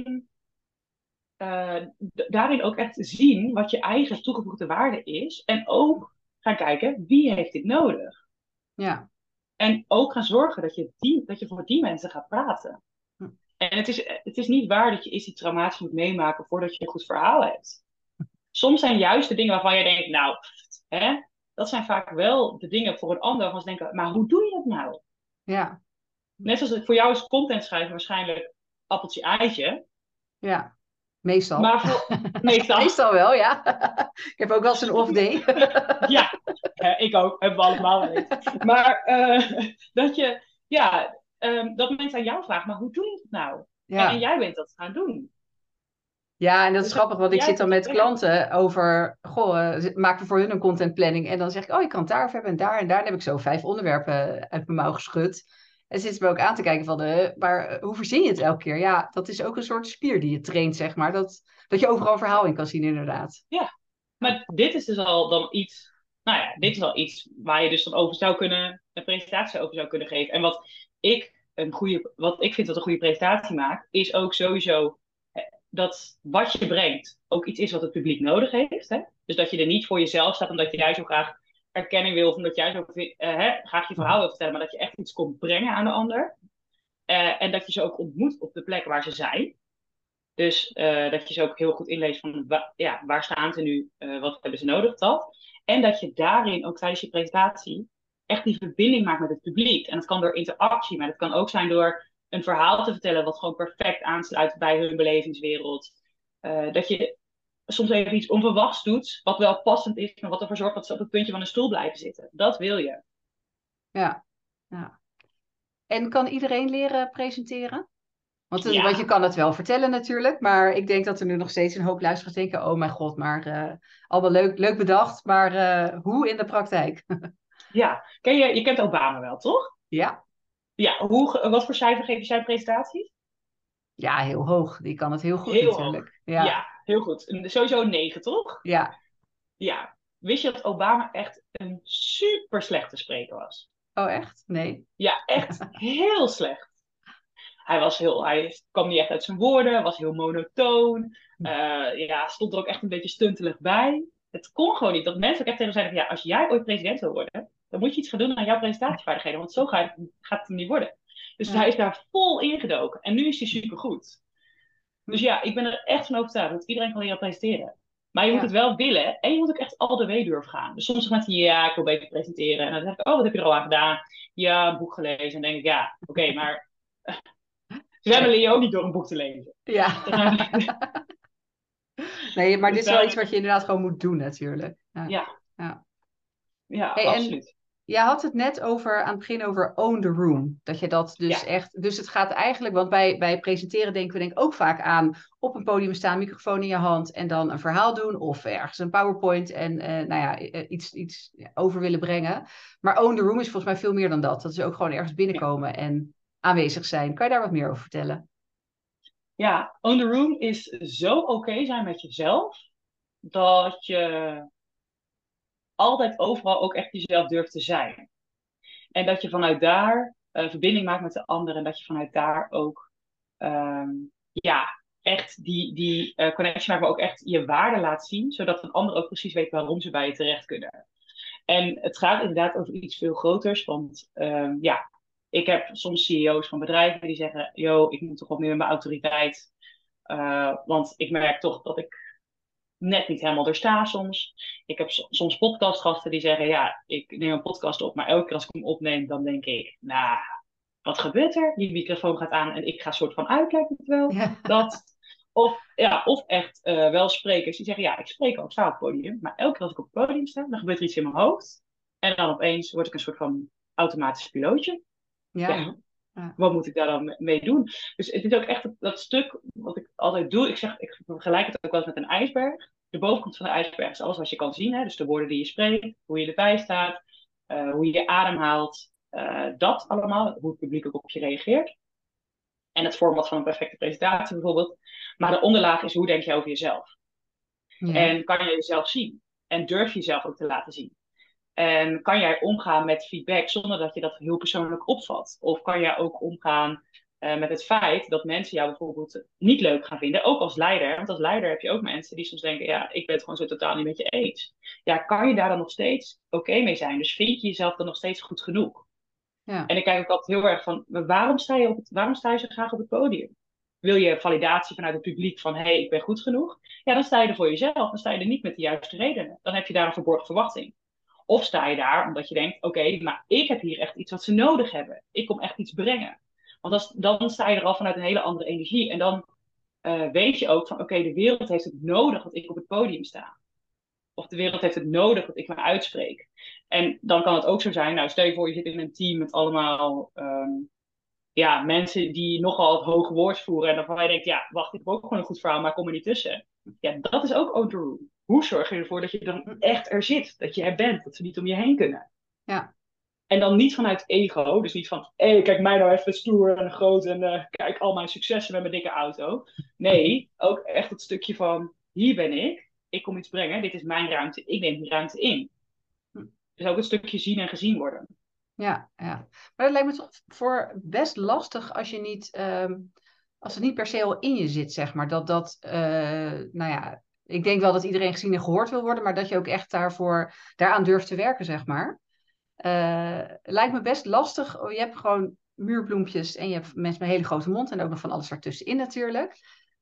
daarin ook echt zien wat je eigen toegevoegde waarde is. En ook gaan kijken, wie heeft dit nodig? Ja. En ook gaan zorgen dat je voor die mensen gaat praten. Hm. En het is niet waar dat je iets traumatisch moet meemaken voordat je een goed verhaal hebt. Soms zijn juist de dingen waarvan je denkt, nou, hè, dat zijn vaak wel de dingen voor een ander waarvan ze denken, maar hoe doe je dat nou? Ja. Net zoals voor jou is content schrijven waarschijnlijk appeltje eitje. Ja. Meestal. Maar voor meestal. Meestal wel, ja. Ik heb ook wel eens een off day. Ja, ik ook. Hebben we allemaal wel eens. Maar dat je, ja, dat mensen aan jou vragen, maar hoe doe je het nou? En Ja. jij bent dat gaan doen. Ja, en dat is Dus dat grappig, want ik jij zit dan kunt met brengen. klanten over, maken we voor hun een contentplanning. En dan zeg ik, oh, je kan het daarover hebben en daar en daar. Dan heb ik zo 5 onderwerpen uit mijn mouw geschud. En zitten ze me ook aan te kijken van, maar hoe verzin je het elke keer? Ja, dat is ook een soort spier die je traint, zeg maar. Dat je overal een verhaal in kan zien, inderdaad. Ja, maar dit is dus al dan iets, nou ja, dit is al iets waar je dus dan over zou kunnen, een presentatie over zou kunnen geven. En wat ik vind dat een goede presentatie maakt, is ook sowieso dat wat je brengt ook iets is wat het publiek nodig heeft. Hè? Dus dat je er niet voor jezelf staat omdat jij zo graag erkenning wil of omdat jij zo graag je verhaal wil vertellen, maar dat je echt iets komt brengen aan de ander. En dat je ze ook ontmoet op de plek waar ze zijn. Dus dat je ze ook heel goed inleest van waar staan ze nu, wat hebben ze nodig, dat. En dat je daarin ook tijdens je presentatie echt die verbinding maakt met het publiek. En dat kan door interactie, maar dat kan ook zijn door een verhaal te vertellen wat gewoon perfect aansluit bij hun belevingswereld. Dat je soms even iets onverwachts doet, wat wel passend is, maar wat ervoor zorgt dat ze op het puntje van een stoel blijven zitten. Dat wil je. Ja, ja. En kan iedereen leren presenteren? Want je Ja, kan het wel vertellen natuurlijk, maar ik denk dat er nu nog steeds een hoop luisteraars denken, oh mijn god, maar allemaal leuk bedacht, maar hoe in de praktijk? ja. Je kent Obama wel, toch? Ja, Ja, wat voor cijfer geef je zijn presentaties? ja, heel hoog. Die kan het heel goed Heel hoog. natuurlijk. Ja, Ja, heel goed. Sowieso een 9, toch? ja. Ja. Wist je dat Obama echt een super slechte spreker was? Oh echt? Nee. Ja, echt heel slecht. Hij kwam niet echt uit zijn woorden, was heel monotoon. Ja, stond er ook echt een beetje stuntelig bij. Het kon gewoon niet. Dat mensen ook echt tegen hem zeiden van, ja, als jij ooit president wil worden, dan moet je iets gaan doen aan jouw presentatievaardigheden, want zo gaat het hem niet worden. Dus hij Ja. is daar vol ingedoken. En nu is hij supergoed. Dus Hm. ja, ik ben er echt van overtuigd dat iedereen kan leren presenteren. Maar je moet het Ja. wel willen en je moet ook echt al de way durven gaan. Dus soms zeggen mensen, ja, ik wil beter presenteren. En dan zeg ik, oh, wat heb je er al aan gedaan? Ja, een boek gelezen. En dan denk ik, ja, oké, maar zwemmen leer je ook niet door een boek te lezen. Ja. Dus dan- Nee, maar dit dus is wel daar, iets wat je inderdaad gewoon moet doen natuurlijk. Ja. ja, Ja. ja, Hey, en absoluut. jij had het net aan het begin over own the room. Dat je dat dus Ja, echt. Dus het gaat eigenlijk, want bij presenteren denken we denk ik ook vaak aan op een podium staan, microfoon in je hand en dan een verhaal doen of ergens een PowerPoint en nou ja, iets over willen brengen. Maar own the room is volgens mij veel meer dan dat. Dat is ook gewoon ergens ja. binnenkomen en aanwezig zijn. Kan je daar wat meer over vertellen? Ja, on the room is zo oké zijn met jezelf, dat je altijd overal ook echt jezelf durft te zijn. En dat je vanuit daar verbinding maakt met de ander. En dat je vanuit daar ook ja, echt die connectie maakt, maar ook echt je waarde laat zien. Zodat een ander ook precies weet waarom ze bij je terecht kunnen. En het gaat inderdaad over iets veel groters. Want ja, ik heb soms CEO's van bedrijven die zeggen, yo, ik moet toch wat meer met mijn autoriteit. Want ik merk toch dat ik net niet helemaal er sta soms. Ik heb soms podcastgasten die zeggen, ja, ik neem een podcast op, maar elke keer als ik hem opneem, dan denk ik, nou, wat gebeurt er? Die microfoon gaat aan en ik ga soort van uit, lijkt het wel. Ja. Dat. Of echt wel sprekers die zeggen, ja, ik spreek ook, sta op het podium. Maar elke keer als ik op het podium sta, dan gebeurt er iets in mijn hoofd. En dan opeens word ik een soort van automatisch pilootje. Ja, Ja, joh. Ja. wat moet ik daar dan mee doen? Dus het is ook echt dat stuk wat ik altijd doe. Ik vergelijk het ook wel eens met een ijsberg. De bovenkant van de ijsberg is alles wat je kan zien. Hè? Dus de woorden die je spreekt, hoe je erbij staat, hoe je je adem haalt. Dat allemaal, hoe het publiek ook op je reageert. En het format van een perfecte presentatie bijvoorbeeld. Maar de onderlaag is hoe denk je over jezelf? Ja. En kan je jezelf zien? En durf je jezelf ook te laten zien? En kan jij omgaan met feedback zonder dat je dat heel persoonlijk opvat? Of kan jij ook omgaan met het feit dat mensen jou bijvoorbeeld niet leuk gaan vinden, ook als leider? Want als leider heb je ook mensen die soms denken, ja, ik ben het gewoon zo totaal niet met je eens. Ja, kan je daar dan nog steeds oké mee zijn? Dus vind je jezelf dan nog steeds goed genoeg? Ja. En ik kijk ook altijd heel erg van, maar waarom sta je zo graag op het podium? Wil je validatie vanuit het publiek van, hé, hey, ik ben goed genoeg? Ja, dan sta je er voor jezelf. Dan sta je er niet met de juiste redenen. Dan heb je daar een verborgen verwachting. Of sta je daar omdat je denkt, oké, maar ik heb hier echt iets wat ze nodig hebben. Ik kom echt iets brengen. Want dan sta je er al vanuit een hele andere energie. En dan weet je ook van, oké, de wereld heeft het nodig dat ik op het podium sta. Of de wereld heeft het nodig dat ik me uitspreek. En dan kan het ook zo zijn, nou stel je voor je zit in een team met allemaal ja, mensen die nogal het hoge woord voeren. En dan je denkt, ja, wacht, ik heb ook gewoon een goed verhaal, maar kom er niet tussen. Ja, dat is ook own the room. Hoe zorg je ervoor dat je dan echt er zit? Dat je er bent, dat ze niet om je heen kunnen. Ja. En dan niet vanuit ego, dus niet van, hé, kijk mij nou even stoer en groot en kijk al mijn successen met mijn dikke auto. Nee, ook echt het stukje van, hier ben ik kom iets brengen, dit is mijn ruimte, ik neem die ruimte in. Dus ook een stukje zien en gezien worden. Ja, ja. Maar dat lijkt me toch voor best lastig als je niet, als het niet per se al in je zit, zeg maar. Nou ja, ik denk wel dat iedereen gezien en gehoord wil worden, maar dat je ook echt daaraan durft te werken, zeg maar. Lijkt me best lastig. Oh, je hebt gewoon muurbloempjes en je hebt mensen met een hele grote mond en ook nog van alles ertussenin natuurlijk.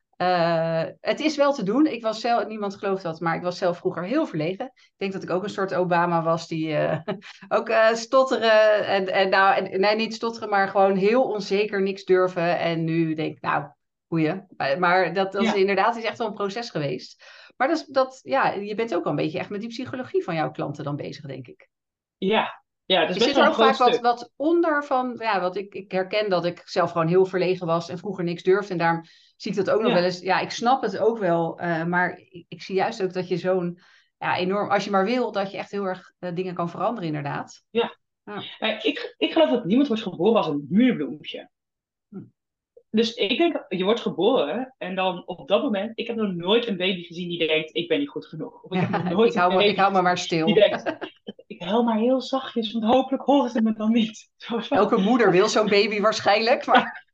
Het is wel te doen. Ik was zelf, niemand gelooft dat, maar ik was zelf vroeger heel verlegen. Ik denk dat ik ook een soort Obama was die ook stotteren. Nee, niet stotteren, maar gewoon heel onzeker, niks durven. En nu denk ik, nou, boeien. Maar dat is Ja, inderdaad is echt wel een proces geweest. Maar ja, je bent ook al een beetje echt met die psychologie van jouw klanten dan bezig, denk ik. ja, ja, het is best Zit wel er een ook groot vaak stuk. wat onder van, ja, wat ik herken dat ik zelf gewoon heel verlegen was en vroeger niks durfde. En daarom zie ik dat ook nog wel Ja, eens. Ja, ik snap het ook wel, maar ik zie juist ook dat je ja, enorm, als je maar wil, dat je echt heel erg dingen kan veranderen, inderdaad. ja. Ja. Ik geloof dat niemand wordt geboren als een muurbloempje. Hm. Dus ik denk, je wordt geboren en dan op dat moment, ik heb nog nooit een baby gezien die denkt, ik ben niet goed genoeg. Of ik heb nog Ja, nooit een ik baby hou me maar gezien die stil. denkt, ik huil maar heel zachtjes, want hopelijk horen ze me dan niet. Elke moeder wil zo'n baby waarschijnlijk, maar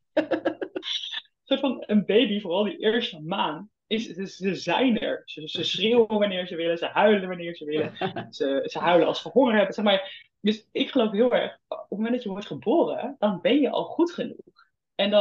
Soort van een baby, vooral die eerste maand, ze zijn er. Ze schreeuwen wanneer ze willen, ze huilen wanneer ze willen. Ze huilen als ze honger hebben. Zeg maar. Dus ik geloof heel erg, op het moment dat je wordt geboren, dan ben je al goed genoeg. En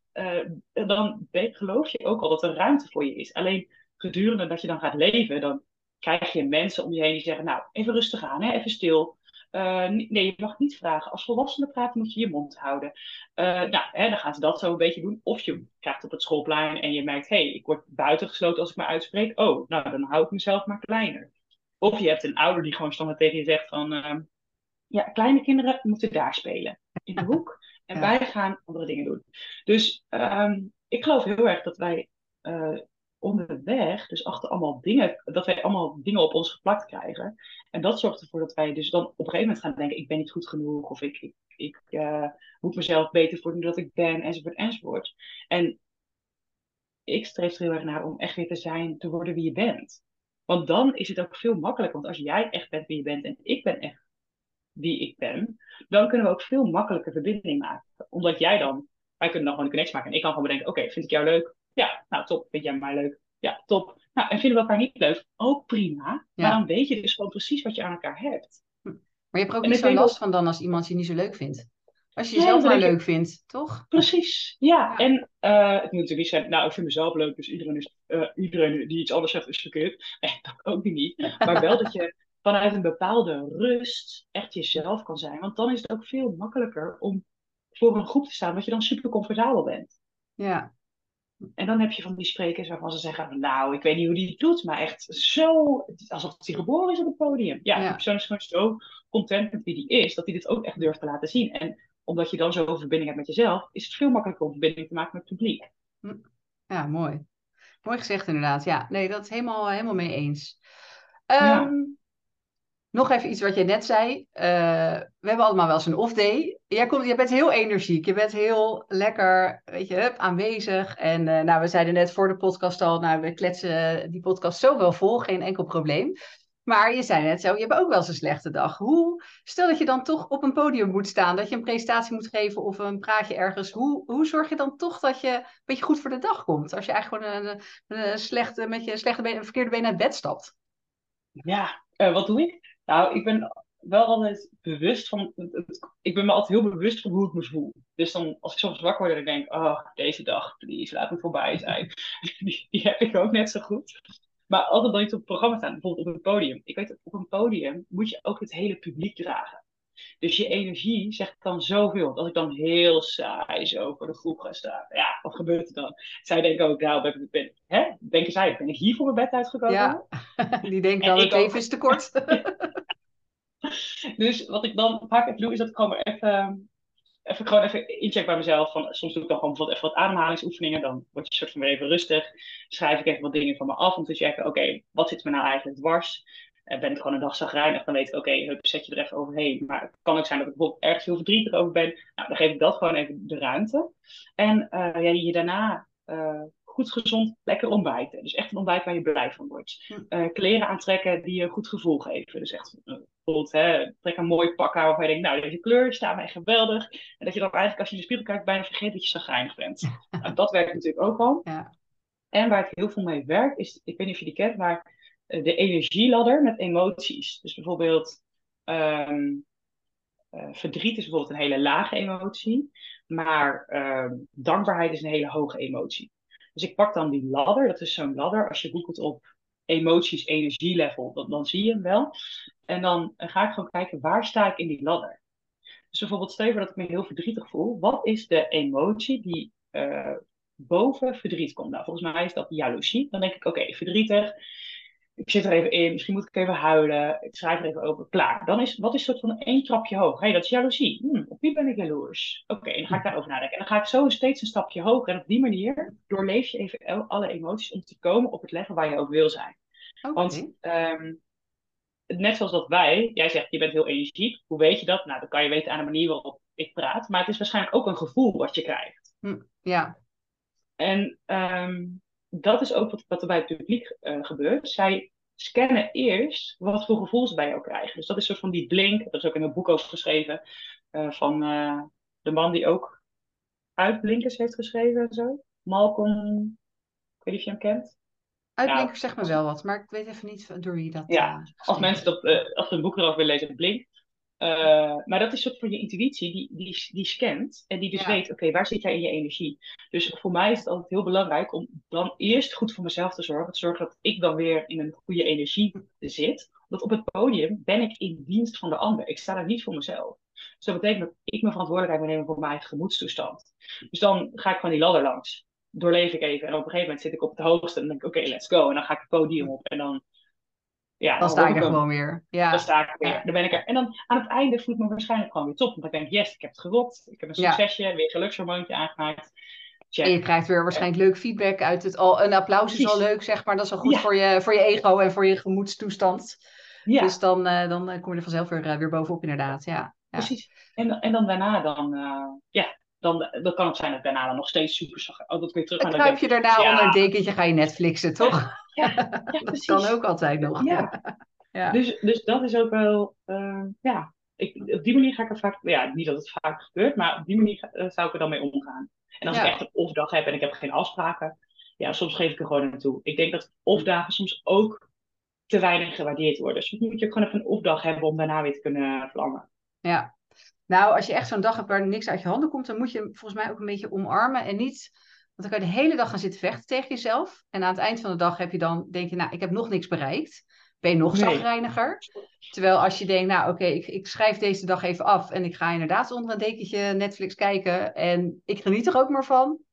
dan geloof je ook al dat er ruimte voor je is. Alleen gedurende dat je dan gaat leven, dan krijg je mensen om je heen die zeggen, nou, even rustig aan, hè, even stil. Nee, je mag niet vragen. Als volwassenen praten moet je je mond houden. Nou, hè, dan gaan ze dat zo een beetje doen. Of je krijgt op het schoolplein en je merkt, hé, hey, ik word buitengesloten als ik me uitspreek. Oh, nou, dan hou ik mezelf maar kleiner. Of je hebt een ouder die gewoon standaard tegen je zegt van, ja, kleine kinderen moeten daar spelen, in de hoek. En ja, wij gaan andere dingen doen. Dus ik geloof heel erg dat wij onderweg, dus achter allemaal dingen, dat wij allemaal dingen op ons geplakt krijgen. En dat zorgt ervoor dat wij dus dan op een gegeven moment gaan denken, ik ben niet goed genoeg, of ik moet mezelf beter voordoen dan ik ben, enzovoort, enzovoort. En ik streef er heel erg naar om echt weer te zijn, te worden wie je bent. Want dan is het ook veel makkelijker. Want als jij echt bent wie je bent en ik ben echt wie ik ben, dan kunnen we ook veel makkelijker verbinding maken. Omdat wij kunnen dan gewoon een connectie maken. En ik kan gewoon bedenken, oké, vind ik jou leuk? Ja, nou top. Vind jij mij leuk? Ja, top. Nou, en vinden we elkaar niet leuk? Ook prima. Maar ja. dan weet je dus gewoon precies wat je aan elkaar hebt. Hm. Maar je hebt er ook En niet ik zo weet last ook, van dan als iemand je niet zo leuk vindt. Als je nee, jezelf dan maar denk je, leuk vindt, toch? precies. Ja, Ja. en het moet natuurlijk niet zijn, nou, ik vind mezelf leuk, dus iedereen die iets anders zegt is verkeerd. Nee, dat ook niet. Maar wel dat je vanuit een bepaalde rust echt jezelf kan zijn. Want dan is het ook veel makkelijker om voor een groep te staan, dat je dan super comfortabel bent. Ja. En dan heb je van die sprekers waarvan ze zeggen, nou, ik weet niet hoe die het doet, maar echt zo, alsof hij geboren is op het podium. Ja, die Ja. persoon is gewoon zo content met wie die is, dat hij dit ook echt durft te laten zien. En omdat je dan zoveel verbinding hebt met jezelf, is het veel makkelijker om verbinding te maken met het publiek. Hm. Ja, mooi. Mooi gezegd inderdaad. Ja, nee, dat is helemaal mee eens. Ja, Ehm, Nog even iets wat je net zei. We hebben allemaal wel eens een off-day. Je bent heel energiek. Je bent heel lekker, weet je, hup, aanwezig. En nou, we zeiden net voor de podcast al, nou, we kletsen die podcast zo wel vol, geen enkel probleem. Maar je zei net zo, je hebt ook wel eens een slechte dag. Stel dat je dan toch op een podium moet staan, dat je een presentatie moet geven of een praatje ergens. Hoe zorg je dan toch dat je een beetje goed voor de dag komt? Als je eigenlijk gewoon met je slechte been, een verkeerde been uit bed stapt. ja. Wat doe ik? Nou, ik ben wel altijd bewust van, ik ben me altijd heel bewust van hoe ik me voel. Dus dan, als ik soms wakker word en denk, oh, deze dag, please, laat me voorbij zijn. Die heb ik ook net zo goed. Maar altijd dan iets op het programma staan, bijvoorbeeld op een podium. Ik weet dat op een podium moet je ook het hele publiek dragen. Dus je energie zegt dan zoveel. Als ik dan heel saai zo voor de groep ga staan. Ja, wat gebeurt er dan? Zij denken ook, nou, denken zij, ben ik hier voor mijn bed uitgekomen? Ja, die denken En dan ik het leven ook. is te kort. Dus wat ik dan vaak even doe, is dat ik gewoon even incheck bij mezelf. Soms doe ik dan gewoon bijvoorbeeld even wat ademhalingsoefeningen. Dan word je soort van weer even rustig. Schrijf ik even wat dingen van me af om te checken. Oké, wat zit me nou eigenlijk dwars? Ben ik gewoon een dag chagrijnig, dan weet ik, oké, hup, zet je er even overheen. Maar het kan ook zijn dat ik bijvoorbeeld ergens heel verdrietig over ben. Nou, dan geef ik dat gewoon even de ruimte. En ja, je daarna goed gezond lekker ontbijten. Dus echt een ontbijt waar je blij van wordt. Kleren aantrekken die je een goed gevoel geven. Dus echt bijvoorbeeld, trek een mooi pak aan waarvan je denkt, nou, deze kleur staat mij geweldig. En dat je dan eigenlijk, als je in de spiegel kijkt, bijna vergeet dat je chagrijnig bent. Nou, dat werkt natuurlijk ook al. Ja. En waar ik heel veel mee werk, is, ik weet niet of je die kent, maar de energieladder met emoties. Dus bijvoorbeeld, ehm, verdriet is bijvoorbeeld een hele lage emotie, maar dankbaarheid is een hele hoge emotie. Dus ik pak dan die ladder, dat is zo'n ladder. Als je googelt op emoties, energielevel, dan zie je hem wel. En dan ga ik gewoon kijken, waar sta ik in die ladder? Dus bijvoorbeeld, stel je voor dat ik me heel verdrietig voel. Wat is de emotie die boven verdriet komt? Nou, volgens mij is dat jaloezie. Dan denk ik, oké, verdrietig. Ik zit er even in. Misschien moet ik even huilen. Ik schrijf er even over. Klaar. Wat is soort van één trapje hoog? Hé, dat is jaloezie. Op wie ben ik jaloers? Oké, en dan ga ik daarover nadenken. En dan ga ik zo steeds een stapje hoger. En op die manier doorleef je even alle emoties om te komen op het level waar je ook wil zijn. Want Oké. net zoals dat jij zegt, je bent heel energiek. Hoe weet je dat? Nou, dat kan je weten aan de manier waarop ik praat. Maar het is waarschijnlijk ook een gevoel wat je krijgt. Ja. En dat is ook wat er bij het publiek gebeurt. Zij scannen eerst wat voor gevoel ze bij jou krijgen. Dus dat is een soort van die blink. Dat is ook in een boek over geschreven. Van de man die ook Uitblinkers heeft geschreven en zo. Malcolm, ik weet niet of je hem kent. Nou, Uitblinkers zegt me wel wat, maar ik weet even niet door wie dat ja, als geschreven mensen is. als ze een boek erover willen lezen, Blink. Maar dat is een soort van je intuïtie die scant en die dus Ja, weet, oké, waar zit jij in je energie? Dus voor mij is het altijd heel belangrijk om dan eerst goed voor mezelf te zorgen. Te zorgen dat ik dan weer in een goede energie zit. Want op het podium ben ik in dienst van de ander. Ik sta er niet voor mezelf. Dus dat betekent dat ik mijn verantwoordelijkheid moet nemen voor mijn eigen gemoedstoestand. Dus dan ga ik van die ladder langs. Doorleef ik even. En op een gegeven moment zit ik op het hoogste. En dan denk ik, oké, let's go. En dan ga ik het podium op. En dan, ja, dan dan sta roep ik ik er hem. gewoon weer. Dan Ja, sta ik weer. ja, Dan ben ik er. En dan aan het einde voel ik me waarschijnlijk gewoon weer top. Want ik denk, yes, ik heb het gerokt. Ik heb een ja. succesje. Weer een gelukshormoontje aangemaakt. En je Check. krijgt weer waarschijnlijk leuk feedback uit het al. Een applaus is al Precies. leuk, zeg maar. Dat is al goed Ja, voor je ego en voor je gemoedstoestand. Dus ja, dan kom je er vanzelf weer bovenop, inderdaad. Ja, ja. precies. En dan daarna ja, dan kan het zijn dat ik daarna dan nog steeds super zag. Oh, dat weer terug Dan en dat ik kruip je denk, daarna onder een ja, dekentje, ga je Netflixen, ja, toch? ja, ja, Dat kan ook precies. altijd nog. Ja, Ja, dus dat is ook wel, ja, op die manier ga ik er vaak, ja, niet dat het vaak gebeurt, maar op die manier zou ik er dan mee omgaan. En als ik echt ja. een off-dag heb en ik heb geen afspraken, ja, soms geef ik er gewoon naartoe. Ik denk dat off-dagen soms ook te weinig gewaardeerd worden. Soms moet je ook gewoon even een off-dag hebben om daarna weer te kunnen vlammen. Ja. Nou, als je echt zo'n dag hebt waar niks uit je handen komt, dan moet je hem volgens mij ook een beetje omarmen en niet, want dan kan je de hele dag gaan zitten vechten tegen jezelf. En aan het eind van de dag denk je, nou, ik heb nog niks bereikt. Ben je nog Nee, chagrijniger. Terwijl als je denkt, nou, oké, ik schrijf deze dag even af en ik ga inderdaad onder een dekentje Netflix kijken en ik geniet er ook maar van.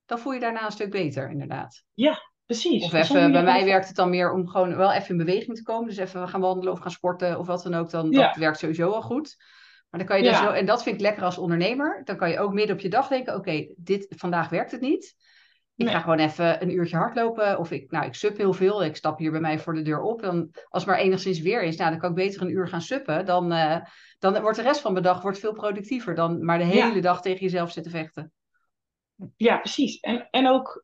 dan voel je daarna een stuk beter, inderdaad. Ja, precies. Of En soms even, moet je bij mij gewoon... werkt het dan meer om gewoon wel even in beweging te komen. Dus even gaan wandelen of gaan sporten of wat dan ook. Dat Ja, werkt sowieso al goed. Maar dan kan je dus zo, ja, en dat vind ik lekker als ondernemer. Dan kan je ook midden op je dag denken, oké, vandaag werkt het niet. Ik ga nee. gewoon even een uurtje hardlopen. Of ik sup heel veel. Ik stap hier bij mij voor de deur op. Dan, als het maar enigszins weer is, nou, dan kan ik beter een uur gaan suppen. Dan wordt de rest van mijn dag veel productiever dan maar de hele Ja, dag tegen jezelf zitten vechten. ja, precies. En ook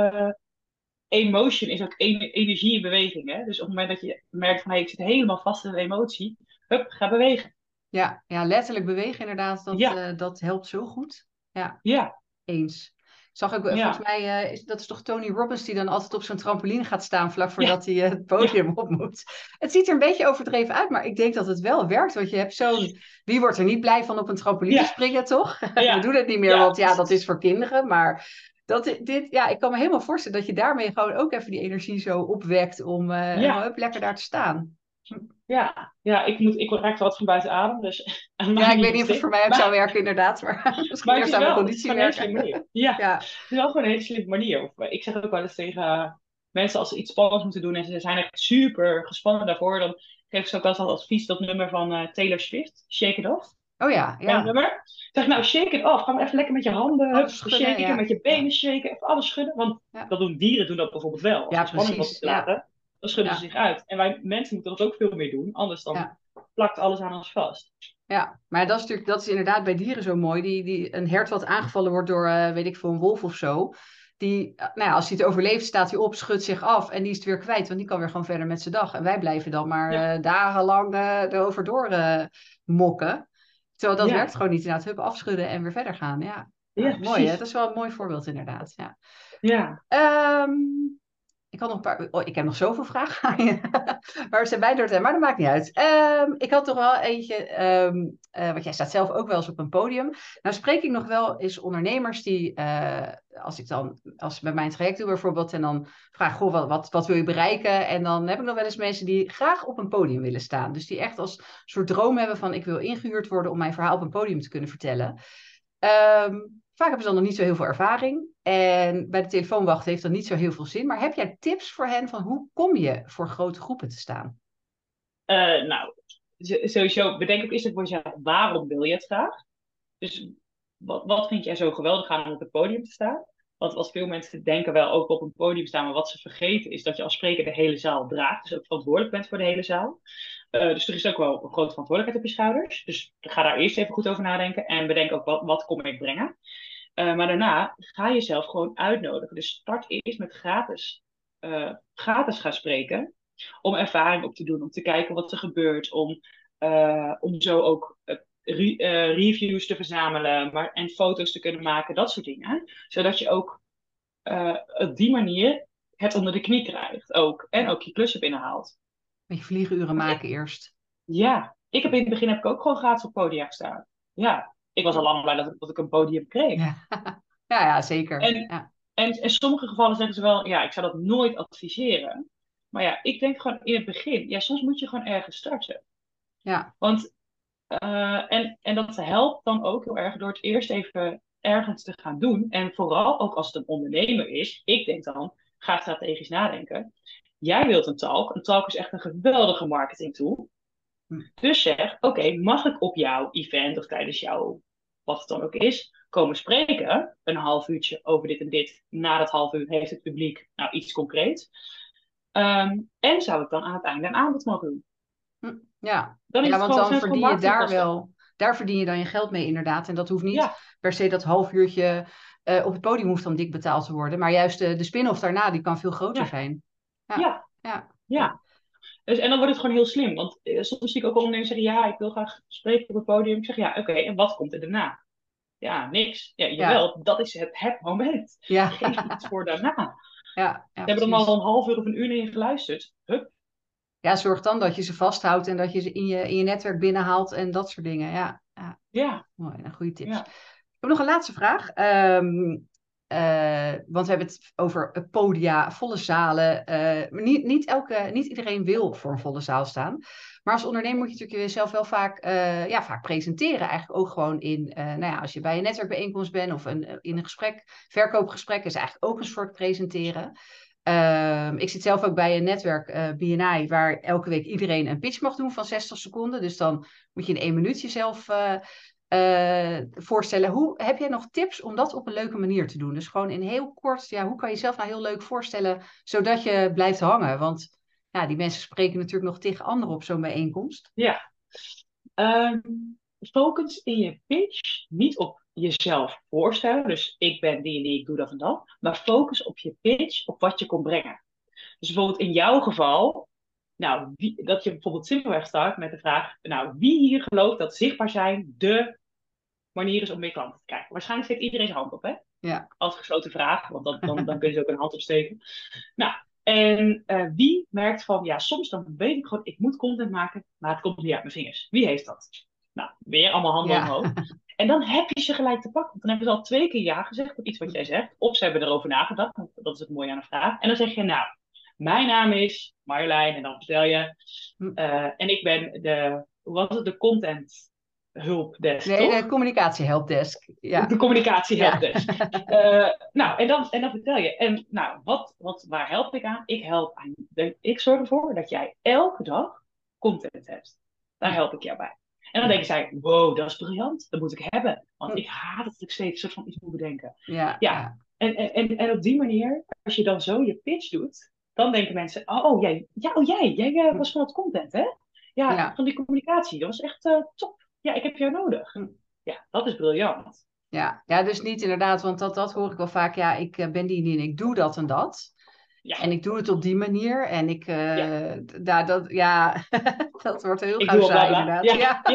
emotion is ook energie in beweging. Hè? Dus op het moment dat je merkt van, hey, ik zit helemaal vast in een emotie, hup, ga bewegen. Ja, ja, letterlijk bewegen inderdaad. Ja, Dat helpt zo goed. Ja. ja, Eens. Zag ik, volgens ja, mij, dat is toch Tony Robbins die dan altijd op zo'n trampoline gaat staan vlak ja, voordat hij het ja, podium op moet. Het ziet er een beetje overdreven uit, maar ik denk dat het wel werkt. Want je hebt wie wordt er niet blij van op een trampoline ja, springen, toch? We ja, doen het niet meer, ja, want ja, dat is precies. voor kinderen. Maar ja, ik kan me helemaal voorstellen dat je daarmee gewoon ook even die energie zo opwekt om gewoon Ja, hup, lekker daar te staan. ja, ja, ik raak wat van buiten adem, dus aan Ja, mij ik niet weet niet of het besticht. voor mij ook zou werken, inderdaad, maar misschien Maar eerst aan mijn het is conditie gewoon een hele werken. slimme manier. Ja, Ja, het is wel gewoon een hele slimme manier. Of, ik zeg ook wel eens tegen mensen als ze iets spannends moeten doen en ze zijn echt super gespannen daarvoor, dan geef ik ze ook wel eens als advies dat nummer van Taylor Swift, Shake It Off. oh ja, Ken je dat ja. nummer? Zeg ik, nou, shake it off. Ga maar even lekker met je handen, hup, Alles schudden, shaken, met ja. je Ja, benen shaken, even alles schudden. Want ja. dieren doen dat bijvoorbeeld wel. Als Ja, er spanning op precies. te Ja, laten, dan schudden ze ja, zich uit. En wij mensen moeten dat ook veel meer doen, anders dan ja, plakt alles aan ons vast. ja. Maar dat is inderdaad bij dieren zo mooi. Een hert wat aangevallen wordt door, weet ik veel, een wolf of zo. Nou ja, als hij het overleeft, staat hij op, schudt zich af en die is het weer kwijt. Want die kan weer gewoon verder met zijn dag. En wij blijven dan Ja, maar dagenlang erover door mokken. Terwijl dat werkt ja, gewoon niet. Inderdaad, hup, afschudden en weer verder gaan. Ja, ja ja, mooi hè. precies. Dat is wel een mooi voorbeeld inderdaad. Ja. Ja, Ehm, ik had nog een paar. Oh, ik heb nog zoveel vragen aan je. Maar we zijn bijna door het heen, maar dat maakt niet uit. Ik had toch wel eentje. Want jij staat zelf ook wel eens op een podium. Nou, spreek ik nog wel eens ondernemers die. Als ik bij mijn traject doe bijvoorbeeld. En dan vraag: goh, wat wil je bereiken? En dan heb ik nog wel eens mensen die graag op een podium willen staan. Dus die echt als soort droom hebben van: ik wil ingehuurd worden om mijn verhaal op een podium te kunnen vertellen. Ehm, Vaak hebben ze dan nog niet zo heel veel ervaring. En bij de telefoon wachten heeft dan niet zo heel veel zin. Maar heb jij tips voor hen van hoe kom je voor grote groepen te staan? nou, sowieso bedenk ook eerst voor jezelf, waarom wil je het graag? Dus wat vind jij zo geweldig aan om op het podium te staan? Want wat veel mensen denken wel ook op een podium staan, maar wat ze vergeten is dat je als spreker de hele zaal draagt. Dus ook verantwoordelijk bent voor de hele zaal. Dus er is ook wel een grote verantwoordelijkheid op je schouders. Dus ga daar eerst even goed over nadenken en bedenk ook wat kom ik brengen. Maar daarna ga jezelf gewoon uitnodigen. Dus start eerst met gratis gaan spreken. Om ervaring op te doen, om te kijken wat er gebeurt. Om zo ook reviews te verzamelen en foto's te kunnen maken, dat soort dingen. Zodat je ook op die manier het onder de knie krijgt ook. En ook je klussen binnenhaalt. Met je vlieguren Want maken eerst. ja, in het begin heb ik ook gewoon gratis op podia gestaan. Ja, ik was al lang blij dat ik een podium kreeg. Ja, ja, ja zeker. En, Ja, in sommige gevallen zeggen ze wel, ja, ik zou dat nooit adviseren. Maar ja, ik denk gewoon in het begin, ja, soms moet je gewoon ergens starten. ja. Want, en dat helpt dan ook heel erg door het eerst even ergens te gaan doen. En vooral ook als het een ondernemer is, ik denk dan, ga strategisch nadenken. Jij wilt een talk. Een talk is echt een geweldige marketing tool. Hm. Dus zeg, oké, mag ik op jouw event of tijdens jouw, wat het dan ook is, komen spreken, een half uurtje over dit en dit. Na dat half uur heeft het publiek nou iets concreets. En zou ik dan aan het einde een aanbod mogen doen? Ja. Dan is Ja, het want gewoon, dan zijn het gewoon verdien je marketingkosten. daar verdien je dan je geld mee inderdaad. En dat hoeft niet Ja, per se dat half uurtje op het podium hoeft dan dik betaald te worden. Maar juist de spin-off daarna, die kan veel groter ja, zijn. Ja, ja, ja, ja. ja. Dus, en dan wordt het gewoon heel slim. Want soms zie ik ook ondernemers zeggen, ja, ik wil graag spreken op het podium. Ik zeg, ja, oké, en wat komt er daarna? Ja, niks. Ja, Ja, jawel, dat is het moment. ja. Geef iets voor daarna. Ja, Ze ja, hebben er al precies. een half uur of een uur in geluisterd. Hup. Ja, zorg dan dat je ze vasthoudt en dat je ze in je netwerk binnenhaalt en dat soort dingen. Ja, ja, Ja, mooi. Nou, goede tips. ja. Ik heb nog een laatste vraag. Want we hebben het over podia, volle zalen. Niet iedereen wil voor een volle zaal staan. Maar als ondernemer moet je natuurlijk jezelf wel vaak presenteren. Eigenlijk ook gewoon als je bij een netwerkbijeenkomst bent of in een verkoopgesprek is eigenlijk ook een soort presenteren. Ik zit zelf ook bij een netwerk, BNI, waar elke week iedereen een pitch mag doen van 60 seconden. Dus dan moet je in 1 minuut jezelf voorstellen. Heb jij nog tips om dat op een leuke manier te doen? Dus gewoon in heel kort, hoe kan je jezelf nou heel leuk voorstellen, zodat je blijft hangen? Want die mensen spreken natuurlijk nog tegen anderen op zo'n bijeenkomst. Ja. Focus in je pitch niet op jezelf voorstellen. Dus ik ben die en die, ik doe dat en dat. Maar focus op je pitch, op wat je kon brengen. Dus bijvoorbeeld in jouw geval, dat je bijvoorbeeld simpelweg start met de vraag, wie hier gelooft dat zichtbaar zijn de manier is om meer klanten te krijgen? Waarschijnlijk steekt iedereen zijn hand op, hè? Ja. Als gesloten vraag, want dan kun je ze ook een hand opsteken. En wie merkt van, soms dan weet ik gewoon, ik moet content maken, maar het komt niet uit mijn vingers. Wie heeft dat? Weer allemaal handen omhoog. En dan heb je ze gelijk te pakken. Want dan hebben ze al 2 keer ja gezegd op iets wat jij zegt. Of ze hebben erover nagedacht. Dat is het mooie aan de vraag. En dan zeg je, mijn naam is Marjolein. En dan vertel je. En ik ben de content hulpdesk, Nee, toch? de communicatie-helpdesk. Ja. De communicatie-helpdesk. En dan vertel je. En waar help ik aan? Ik zorg ervoor dat jij elke dag content hebt. Daar help ik jou bij. En dan denken zij, wow, dat is briljant. Dat moet ik hebben. Want ik haat het dat ik steeds een soort van iets moet bedenken. Ja. En op die manier, als je dan zo je pitch doet, dan denken mensen, jij was van het content, hè? Ja, van die communicatie. Dat was echt top. Ja, ik heb jou nodig. Ja, dat is briljant. Ja, dus niet inderdaad, want dat hoor ik wel vaak. Ja, ik ben die en ik doe dat en dat. Ja. En ik doe het op die manier. En ik, dat wordt heel gauw saai inderdaad.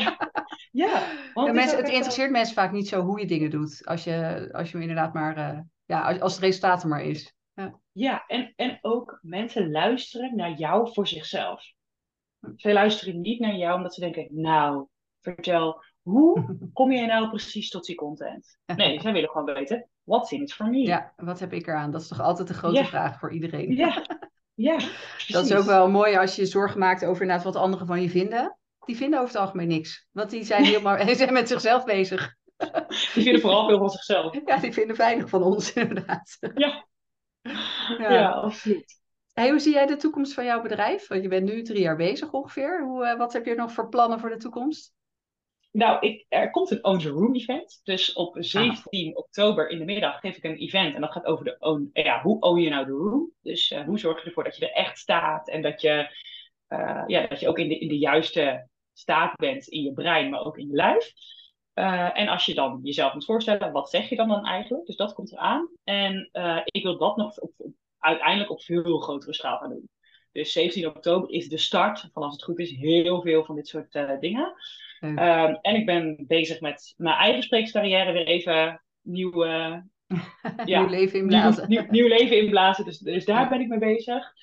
Want het interesseert mensen vaak niet zo hoe je dingen doet. Als je inderdaad maar, als het resultaat er maar is. Ja, en ook mensen luisteren naar jou voor zichzelf. Zij luisteren niet naar jou omdat ze denken, vertel, hoe kom jij nou precies tot die content? Nee, zij willen gewoon weten, what's in it for me? Ja, wat heb ik eraan? Dat is toch altijd de grote vraag voor iedereen. Ja, dat is ook wel mooi als je zorgen maakt over inderdaad wat anderen van je vinden. Die vinden over het algemeen niks. Want die zijn met zichzelf bezig. Die vinden vooral veel van zichzelf. Ja, die vinden weinig van ons inderdaad. Ja, absoluut. Hey, hoe zie jij de toekomst van jouw bedrijf? Want je bent nu 3 jaar bezig ongeveer. Wat heb je nog voor plannen voor de toekomst? Er komt een Own the Room event. Dus op 17 oktober in de middag geef ik een event. En dat gaat over hoe own je nou de room? Dus hoe zorg je ervoor dat je er echt staat. En dat je, dat je ook in de juiste staat bent in je brein, maar ook in je lijf. En als je dan jezelf moet voorstellen, wat zeg je dan eigenlijk? Dus dat komt eraan. En ik wil dat nog uiteindelijk op veel grotere schaal gaan doen. Dus 17 oktober is de start van, als het goed is, heel veel van dit soort dingen. En ik ben bezig met mijn eigen spreekscarrière weer even nieuw leven inblazen. Nieuw leven inblazen. Dus daar ben ik mee bezig.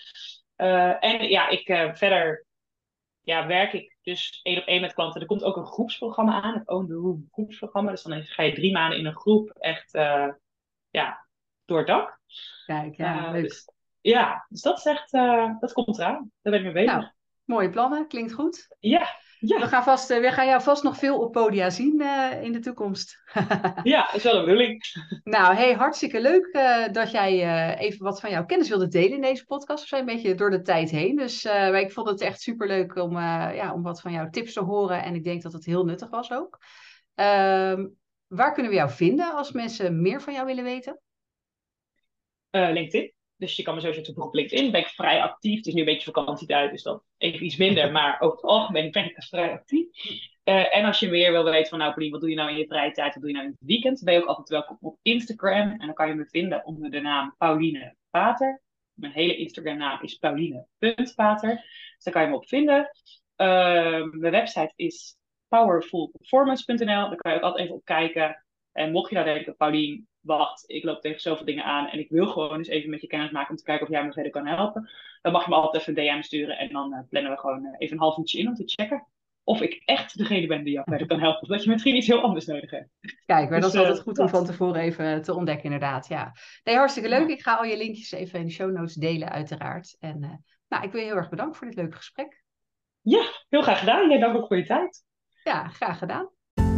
Verder werk ik dus 1-op-1 met klanten. Er komt ook een groepsprogramma aan, het Own the Room groepsprogramma. Dus dan ga je 3 maanden in een groep echt door het dak. Kijk, leuk. Dus dat is echt, dat komt eraan. Daar ben ik mee bezig. Nou, mooie plannen, klinkt goed. Ja. We gaan jou vast nog veel op podia zien in de toekomst. Ja, dat is wel een bedoeling. Nou, hartstikke leuk dat jij even wat van jouw kennis wilde delen in deze podcast. We zijn een beetje door de tijd heen. Dus ik vond het echt superleuk om wat van jouw tips te horen. En ik denk dat het heel nuttig was ook. Waar kunnen we jou vinden als mensen meer van jou willen weten? LinkedIn. Dus je kan me sowieso toevoegen op LinkedIn. Ben ik vrij actief. Het is nu een beetje vakantietijd, dus dat even iets minder. Maar over het algemeen ben ik vrij actief. En als je meer wil weten van, Pauline, wat doe je nou in je vrije tijd? Wat doe je nou in het weekend? Ben je ook altijd welkom op Instagram. En dan kan je me vinden onder de naam Pauline Pater. Mijn hele Instagram naam is pauline.pater. Dus daar kan je me op vinden. Mijn website is powerfulperformance.nl. Daar kan je ook altijd even op kijken. En mocht je nou denken, Pauline, wacht, ik loop tegen zoveel dingen aan en ik wil gewoon eens even met je kennis maken om te kijken of jij me verder kan helpen, dan mag je me altijd even een DM sturen en dan plannen we gewoon even een half uurtje in om te checken of ik echt degene ben die jou verder kan helpen. Of dat je misschien iets heel anders nodig hebt. Kijk, maar Dus, dat is altijd goed om dat. van tevoren even te ontdekken, inderdaad. Ja. Nee, hartstikke leuk. Ja. Ik ga al je linkjes even in de show notes delen, uiteraard. En nou, ik wil je heel erg bedanken voor dit leuke gesprek. Ja, heel graag gedaan. Jij dank ook voor je tijd. Ja, graag gedaan.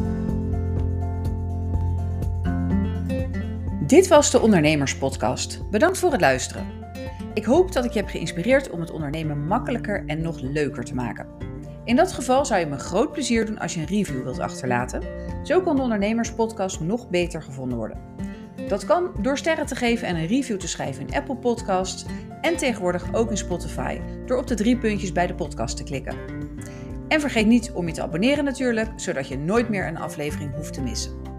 Dit was de Ondernemerspodcast. Bedankt voor het luisteren. Ik hoop dat ik je heb geïnspireerd om het ondernemen makkelijker en nog leuker te maken. In dat geval zou je me groot plezier doen als je een review wilt achterlaten. Zo kan de Ondernemerspodcast nog beter gevonden worden. Dat kan door sterren te geven en een review te schrijven in Apple Podcasts en tegenwoordig ook in Spotify door op de 3 puntjes bij de podcast te klikken. En vergeet niet om je te abonneren natuurlijk, zodat je nooit meer een aflevering hoeft te missen.